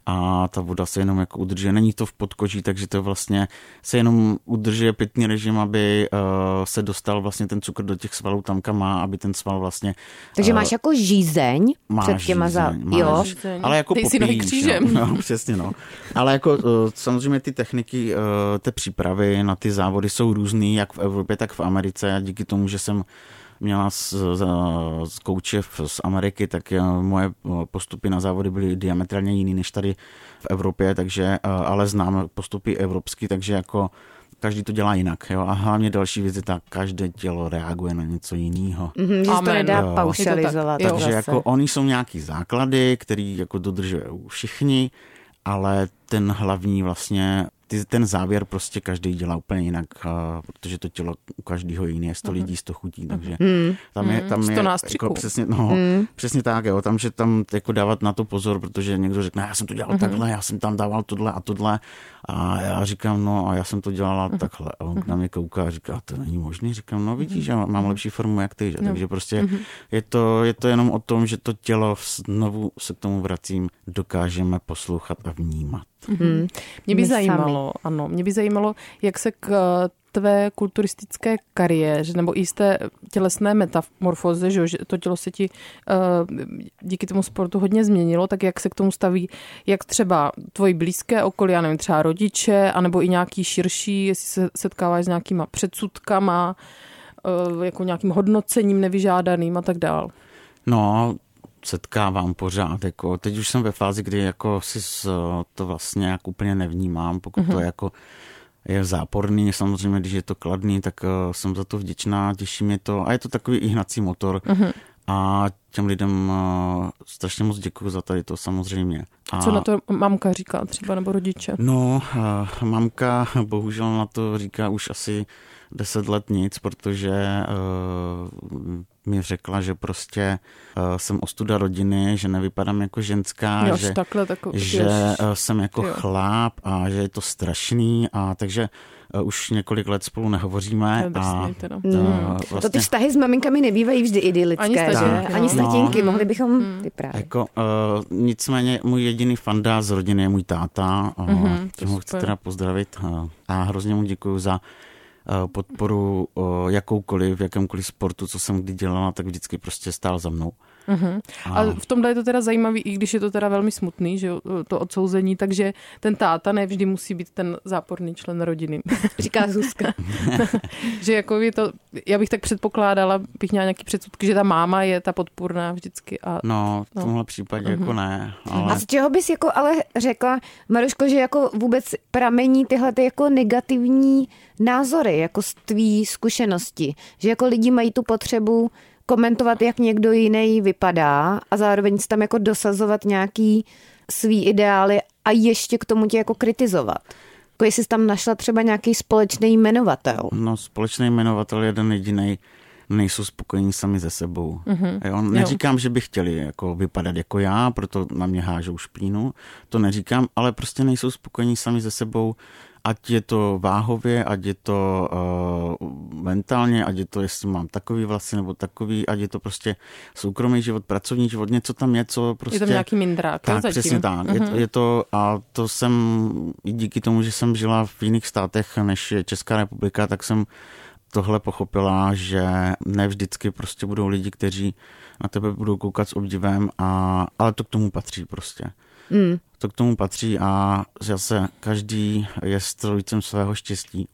a ta voda se jenom jako udržuje. Není to v podkoží, takže to vlastně se jenom udržuje pitný režim, aby uh, se dostal vlastně ten cukr do těch svalů tam, kam má, aby ten sval vlastně... Takže uh, máš jako žízeň před těma za... Jo. Žízeň. Ale jako Ty popíjíš. křížem. No, no, přesně, no. Ale jako uh, samozřejmě ty techniky, uh, té přípravy na ty závody jsou různý, jak v Evropě, tak v Americe a díky tomu, že jsem měla z, z, z kouče z Ameriky, tak moje postupy na závody byly diametrálně jiný než tady v Evropě, takže, ale znám postupy evropský, takže jako každý to dělá jinak. Jo? A hlavně další věc je tak, každé tělo reaguje na něco jiného. Mm-hmm, že to nedá jo. paušalizovat. Tak. Takže jako oni jsou nějaký základy, který jako dodržují všichni, ale ten hlavní vlastně Ty, ten závěr prostě každý dělá úplně jinak, a, protože to tělo u každého jiné je sto lidí, sto chutí, takže mm. tam je, tam je jako přesně, no, mm. přesně tak, jo, tam, že tam jako dávat na to pozor, protože někdo řekne, já jsem to dělal mm. takhle, já jsem tam dával tohle a tohle a já říkám, no a já jsem to dělala mm. takhle a on na mě kouká a říká, to není možný, říkám, no vidíš, já mám lepší formu jak ty, že? No. Takže prostě mm. je, to, je to jenom o tom, že to tělo, znovu se k tomu vracím, dokážeme poslouchat a vnímat. Mm-hmm. Mě by My zajímalo, sami. ano, mě by zajímalo, jak se k tvé kulturistické kariéře nebo i z té tělesné metamorfóze, že to tělo se ti uh, díky tomu sportu hodně změnilo, tak jak se k tomu staví, jak třeba tvoji blízké okolí, já nevím, třeba rodiče, anebo i nějaký širší, jestli se setkáváš s nějakýma předsudkama, uh, jako nějakým hodnocením nevyžádaným a tak dál. No, setkávám pořád, jako teď už jsem ve fázi, kdy jako si to vlastně jak úplně nevnímám, pokud mm-hmm. to jako je záporný, samozřejmě, když je to kladný, tak uh, jsem za to vděčná, těší mě to a je to takový i hnací motor mm-hmm. a těm lidem uh, strašně moc děkuju za tady to samozřejmě. A co na to mamka říká třeba, nebo rodiče? No, uh, mamka bohužel na to říká už asi deset let nic, protože uh, mi řekla, že prostě uh, jsem ostuda rodiny, že nevypadám jako ženská, jo, že, takhle, tak, že uh, jsem jako jo. chlap a že je to strašný a takže uh, už několik let spolu nehovoříme. A, teda. Uh, mm. vlastně... To ty vztahy s maminkami nebývají vždy idylické, ani statinky, no. Ani statinky, no. mohli bychom mm. vyprávět. Jako, uh, nicméně můj jediný fanda z rodiny je můj táta, uh, mm-hmm, tím ho chci teda pozdravit uh, a hrozně mu děkuju za podporu jakoukoliv, v jakémkoliv sportu, co jsem kdy dělala, tak vždycky prostě stál za mnou. Uh-huh. A... a v tomhle je to teda zajímavý, i když je to teda velmi smutný, že to odsouzení, takže ten táta nevždy musí být ten záporný člen rodiny. Říká Zuzka. Že jako je to, já bych tak předpokládala, bych měla nějaký předsudky, že ta máma je ta podpůrná vždycky. A, no, v tomhle no. případě uh-huh. jako ne. Ale... A z čeho bys jako ale řekla, Maruško, že jako vůbec pramení tyhle ty jako negativní názory, jako z tvý zkušenosti, že jako lidi mají tu potřebu komentovat, jak někdo jiný vypadá a zároveň tam jako dosazovat nějaký svý ideály a ještě k tomu tě jako kritizovat? Jako jestli jsi tam našla třeba nějaký společný jmenovatel? No, společný jmenovatel jeden jedinej, nejsou spokojení sami ze sebou. Mm-hmm. Jo, neříkám, jo. že by chtěli jako vypadat jako já, proto na mě hážou špínu, to neříkám, ale prostě nejsou spokojení sami ze sebou, ať je to váhově, ať je to uh, mentálně, ať je to, jestli mám takový vlasy nebo takový, ať je to prostě soukromý život, pracovní život, něco tam je, co prostě... Je tam nějaký mindrák, tak, zatím. Přesně tak. Mm-hmm. Je, je to, a to jsem i díky tomu, že jsem žila v jiných státech, než je Česká republika, tak jsem tohle pochopila, že ne vždycky prostě budou lidi, kteří na tebe budou koukat s obdivem, a, ale to k tomu patří prostě. Mm. To k tomu patří a zase každý je strojcem svého štěstí.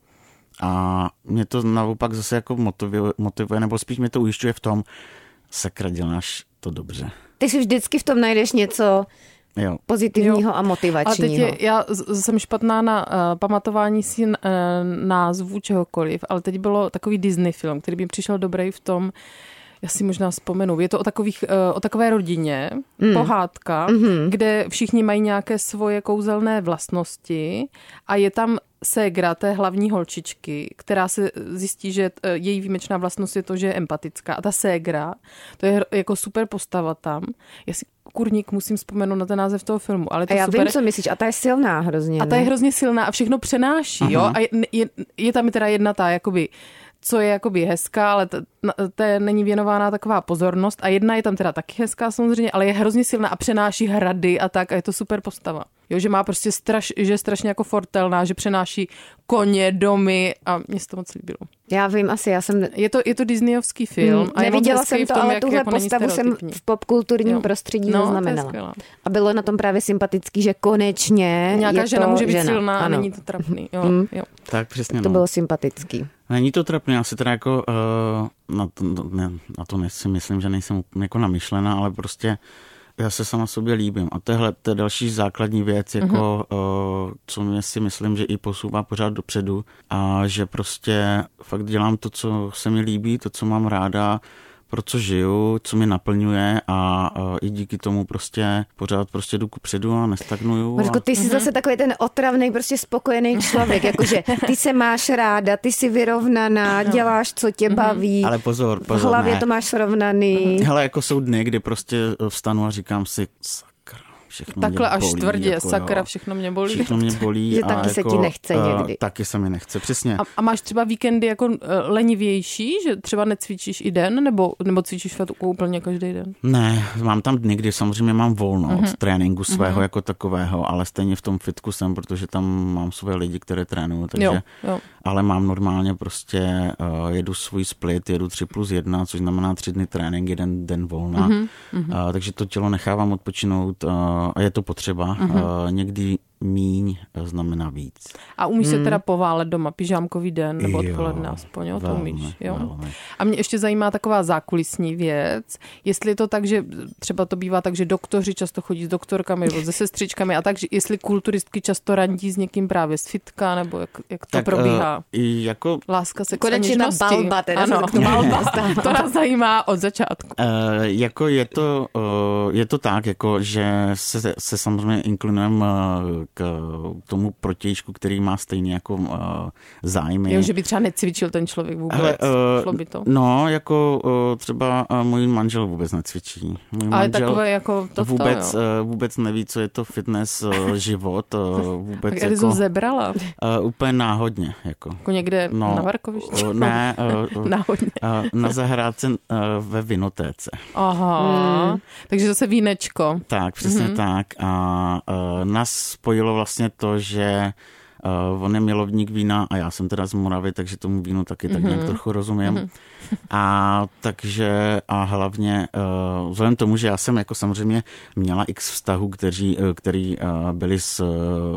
A mě to naopak zase jako motivuje, motivuje nebo spíš mě to ujišťuje v tom, sakra, děláš to dobře. Ty si vždycky v tom najdeš něco jo. pozitivního jo. a motivačního. A teď je, já jsem špatná na uh, pamatování si uh, názvu čehokoliv, ale teď bylo takový Disney film, který by přišel dobrý v tom, já si možná vzpomenu, je to o, takových, o takové rodině, mm. pohádka, mm-hmm. kde všichni mají nějaké svoje kouzelné vlastnosti a je tam ségra té hlavní holčičky, která se zjistí, že její výjimečná vlastnost je to, že je empatická. A ta ségra, to je jako super postava tam. Já si kurník musím vzpomenout na ten název toho filmu. Ale to a já super. Vím, co myslíš. A ta je silná hrozně. A ta je hrozně silná a všechno přenáší. Jo? A je, je, je tam teda jedna ta jakoby co je jakoby hezká, ale té není věnována taková pozornost a jedna je tam teda taky hezká samozřejmě, ale je hrozně silná a přenáší hrady a tak a je to super postava. Jo, že má prostě straš, že je strašně jako fortelná, že přenáší koně, domy a mně se to moc líbilo. Já vím asi, já jsem... Je to, je to disneyovský film. Hmm, a neviděla jsem to, tom, ale jak, tuhle jako postavu jsem v popkulturním jo. prostředí no, zaznamenala. A bylo na tom právě sympatický, že konečně nějaká je žena to může být žena. silná ano. a není to trapný. Jo, hmm. jo. Tak přesně. To no. bylo sympatický. Není to trapný, já si teda jako uh, na, to, ne, na to si myslím, že nejsem jako namyšlená, ale prostě já se sama sobě líbím. A tohle to je další základní věc, jako, mm-hmm. uh, co mě si myslím, že i posouvá pořád dopředu a že prostě fakt dělám to, co se mi líbí, to, co mám ráda, pro co žiju, co mi naplňuje a uh, i díky tomu prostě pořád prostě jdu kupředu a nestagnuju. Mařko, ty jsi a... zase takový ten otravnej, prostě spokojený člověk, jakože ty se máš ráda, ty jsi vyrovnaná, děláš, co tě baví. Ale pozor, pozor, v hlavě ne. to máš srovnaný. Hele, jako jsou dny, kdy prostě vstanu a říkám si, všechno takhle mě bolí, až tvrdě, jako, sakra, jo. všechno mě bolí. Všechno mě bolí. Že a taky jako, se ti nechce někdy. Uh, taky se mi nechce, přesně. A, a máš třeba víkendy jako uh, lenivější, že třeba necvičíš i den, nebo, nebo cvičíš fakt úplně každý den? Ne, mám tam dny, kdy samozřejmě mám volno uh-huh. od tréninku svého uh-huh. jako takového, ale stejně v tom fitku jsem, protože tam mám své lidi, které trénují, takže, jo, jo. ale mám normálně prostě, uh, jedu svůj split, jedu tři plus jedna, což znamená tři dny trénink, jeden den volna, uh-huh. uh, takže to tělo nechávám odpočinout uh, a je to potřeba. Uh-huh. Uh, někdy míň znamená víc. A umíš hmm. se teda poválet doma, pyžámkový den nebo jo, odpoledne aspoň, jo, to velmi, umíš. Jo? Velmi. A mě ještě zajímá taková zákulisní věc, jestli je to tak, že třeba to bývá tak, že doktoři často chodí s doktorkami nebo se sestřičkami a tak, že jestli kulturistky často randí s někým právě z fitka, nebo jak, jak to tak, probíhá. Uh, jako... Láska, sex konečně a něžnosti. balba, teda ano, balba. To nás zajímá od začátku. Uh, jako je to, uh, je to tak, jako, že se, se samozřejmě inklinujeme uh, k tomu protějšku, který má stejně jako uh, zájmy. Jo, že by třeba necvičil ten člověk vůbec. Hele, uh, Šlo by to. No, jako uh, třeba uh, můj manžel vůbec necvičí. Můj Ale manžel takové jako to vůbec, to, uh, vůbec neví, co je to fitness uh, život. Uh, vůbec tak jako, Elizu zebrala. Uh, úplně náhodně. Jako, jako někde no, na Varkovišti? Uh, ne, uh, náhodně. Uh, na zahrádce uh, ve Vinotéce. Aha, hmm. takže zase vínečko. Tak, přesně mm-hmm. tak. A uh, nás spojilo vlastně to, že uh, on je milovník vína a já jsem teda z Moravy, takže tomu vínu taky mm-hmm. tak nějak trochu rozumím. Mm-hmm. A takže a hlavně uh, vzhledem tomu, že já jsem jako samozřejmě měla x vztahů, kteří, který uh, byli s uh,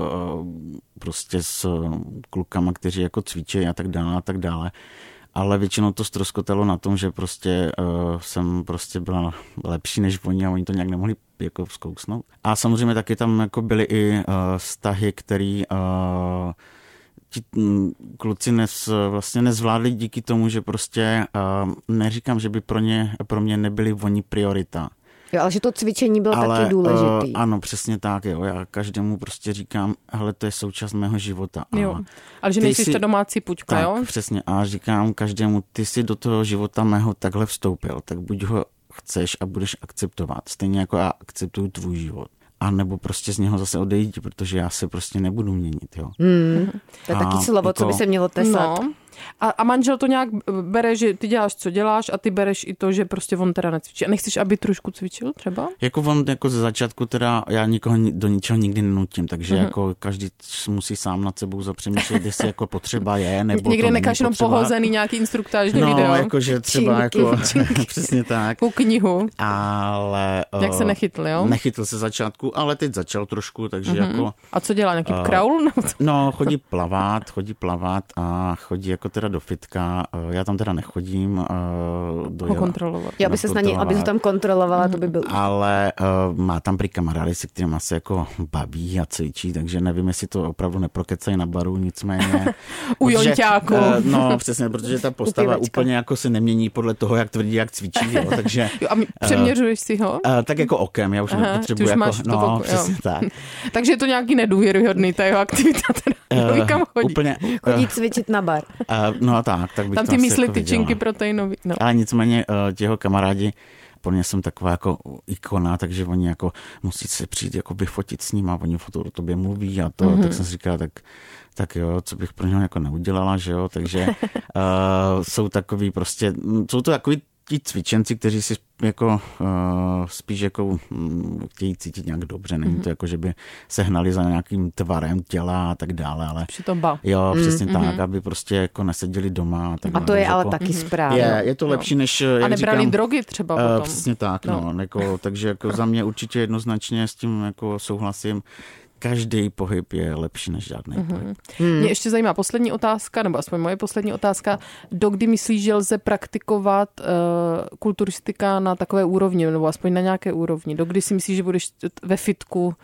prostě s klukama, kteří jako cvičí a tak dále a tak dále. Ale většinou to ztroskotalo na tom, že prostě uh, jsem prostě byla lepší než oni a oni to nějak nemohli jako zkousnout. A samozřejmě taky tam jako byly i uh, vztahy, který uh, ti kluci nes, vlastně nezvládli díky tomu, že prostě uh, neříkám, že by pro, ně, pro mě nebyli oni priorita. Jo, ale že to cvičení bylo ale, taky důležitý. Uh, ano, přesně tak, jo. Já každému prostě říkám, hele, to je součást mého života. A jo, ale že nejsi ta domácí puťka, tak, jo? Přesně. A říkám každému, ty jsi do toho života mého takhle vstoupil, tak buď ho chceš a budeš akceptovat. Stejně jako já akceptuju tvůj život. A nebo prostě z něho zase odejít, protože já se prostě nebudu měnit, jo. Hmm, to je a taky slovo, jako, co by se mělo tesat. No. A, a manžel to nějak bere, že ty děláš, co děláš a ty bereš i to, že prostě on teda necvičí. A nechceš, aby trošku cvičil třeba? Jako on jako ze začátku teda, já nikoho do ničeho nikdy nenutím, takže mm-hmm. jako každý musí sám nad sebou zapřemýšlet, jestli jako potřeba je, nebo někde to nekáš jenom pohozený nějaký instruktážní no, video. No, jakože třeba činky, jako, činky. Přesně tak. Po knihu. Ale... Jak uh, se nechytl, jo? Nechytl se začátku, ale teď začal trošku, takže mm-hmm. jako... A co dělá, nějaký uh, kraul? No, chodí plavat, chodí plavat a chodí jako teda do fitka. Já tam teda nechodím. Do ho kontrolovat. Já by se snažil, aby ho tam kontrolovala, to by byl. Ale uh, má tam prý kamarády, se kterým se jako baví a cvičí, takže nevím, jestli to opravdu neprokecají na baru, nicméně. U Jonťáku. Uh, no, přesně, protože ta postava úplně jako se nemění podle toho, jak tvrdí, jak cvičí, jo, takže. Jo, a přeměřuješ si ho? Uh, tak jako okem, já už Aha, nepotřebuji jako, no, oku, přesně tak. Takže je to nějaký nedůvěryhodný, ta jeho aktivita teda. Uh, kam chodí? Úplně, uh, chodí cvičit na bar. Uh, no tak, tak bych tam ty mysli, ty činky proteinový. No. Ale nicméně uh, těho kamarádi, pro mě jsem taková jako ikona, takže oni jako musí se přijít jako vyfotit s ním a oni o tobě mluví a to, mm-hmm. tak jsem si říkala, tak, tak jo, co bych pro něho jako neudělala, že jo, takže uh, jsou takový prostě, jsou to takový ti cvičenci, kteří si jako uh, spíš jako um, chtějí cítit nějak dobře. Není to jako, že by se hnali za nějakým tvarem těla a tak dále, ale Přitom jo, přesně mm, tak, mm. aby prostě jako neseděli doma. A, tak a to je jako, ale taky správně. Je, je to lepší, než jak a nebrali říkám, drogy třeba potom. Uh, přesně tak, no. no jako, takže jako za mě určitě jednoznačně s tím jako souhlasím. Každý pohyb je lepší než žádný mm-hmm. pohyb. Hmm. Mě ještě zajímá poslední otázka, nebo aspoň moje poslední otázka. Dokdy myslíš, že lze praktikovat uh, kulturistika na takové úrovni, nebo aspoň na nějaké úrovni? Dokdy si myslíš, že budeš ve fitku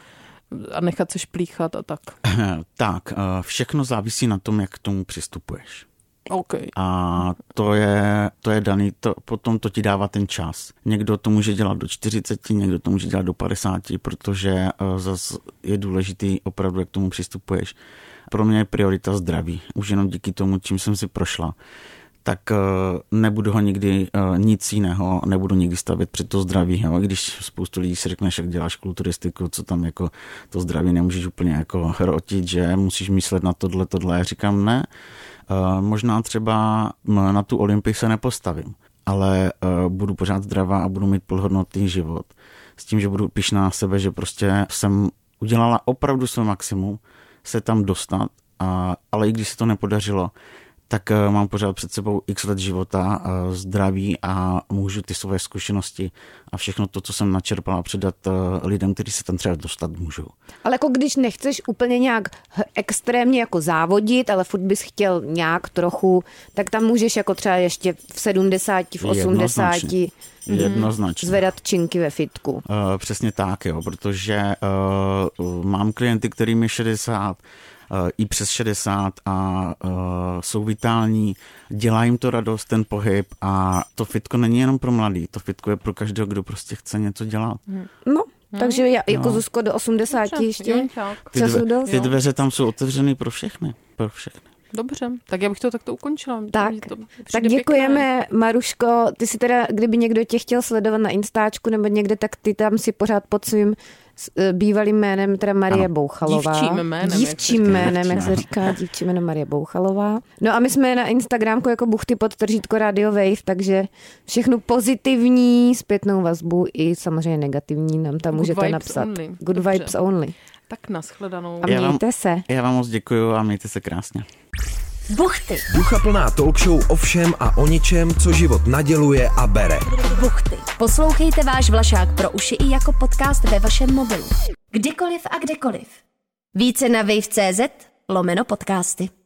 a nechat se šplíchat a tak? Tak, uh, všechno závisí na tom, jak k tomu přistupuješ. Okay. A to je, to je daný, to, potom to ti dává ten čas. Někdo to může dělat do čtyřiceti, někdo to může dělat do padesáti, protože uh, zase je důležitý opravdu, jak k tomu přistupuješ. Pro mě je priorita zdraví. Už jenom díky tomu, čím jsem si prošla. Tak uh, nebudu ho nikdy uh, nic jiného, nebudu nikdy stavět před to zdraví. Jo? Když spoustu lidí si řekneš, jak děláš kulturistiku, co tam jako to zdraví nemůžeš úplně jako hrotit, že musíš myslet na tohle, tohle. Já říkám ne. Uh, možná třeba na tu Olympii se nepostavím, ale uh, budu pořád zdravá a budu mít plnohodnotný život. S tím, že budu pyšná na sebe, že prostě jsem udělala opravdu své maximum se tam dostat, a, ale i když se to nepodařilo, tak uh, mám pořád před sebou x let života, uh, zdraví a můžu ty své zkušenosti a všechno to, co jsem načerpala, předat uh, lidem, kteří se tam třeba dostat můžou. Ale jako když nechceš úplně nějak extrémně jako závodit, ale furt bys chtěl nějak trochu, tak tam můžeš jako třeba ještě v sedmdesáti, v osmdesáti Jednoznačně. Zvedat činky ve fitku. Uh, přesně tak, jo, protože uh, mám klienty, kterým je šedesát, i přes šedesát a uh, jsou vitální, dělá jim to radost, ten pohyb a to fitko není jenom pro mladý, to fitko je pro každého, kdo prostě chce něco dělat. No, hmm. takže já, jako no. Zuzko do osmdesáti ještě. Ty, dve, ty dveře tam jsou otevřeny pro všechny, pro všechny. Dobře, tak já bych to takto ukončila. Tak, tak děkujeme, pěkné. Maruško. Ty si teda, kdyby někdo tě chtěl sledovat na Instačku nebo někde, tak ty tam si pořád pod svým bývalým jménem, teda Marie ano. Bouchalová. Dívčím jménem. Dívčím jménem, jak se říká, dívčím jménem Marie Bouchalová. No a my jsme na Instagramku jako buchty pod tržítko Radio Wave, takže všechno pozitivní, zpětnou vazbu i samozřejmě negativní nám tam Good můžete napsat. Only. Good Dobře. vibes only. Tak nashledanou. A mějte se. Já vám moc děkuju a mějte se krásně. Buchty. Ducha plná talk show o všem a o ničem, co život naděluje a bere. Buchty. Poslouchejte váš Vlašák pro uši i jako podcast ve vašem mobilu. Kdykoliv a kdekoliv. Více na wave tečka cé zet lomeno podcasty.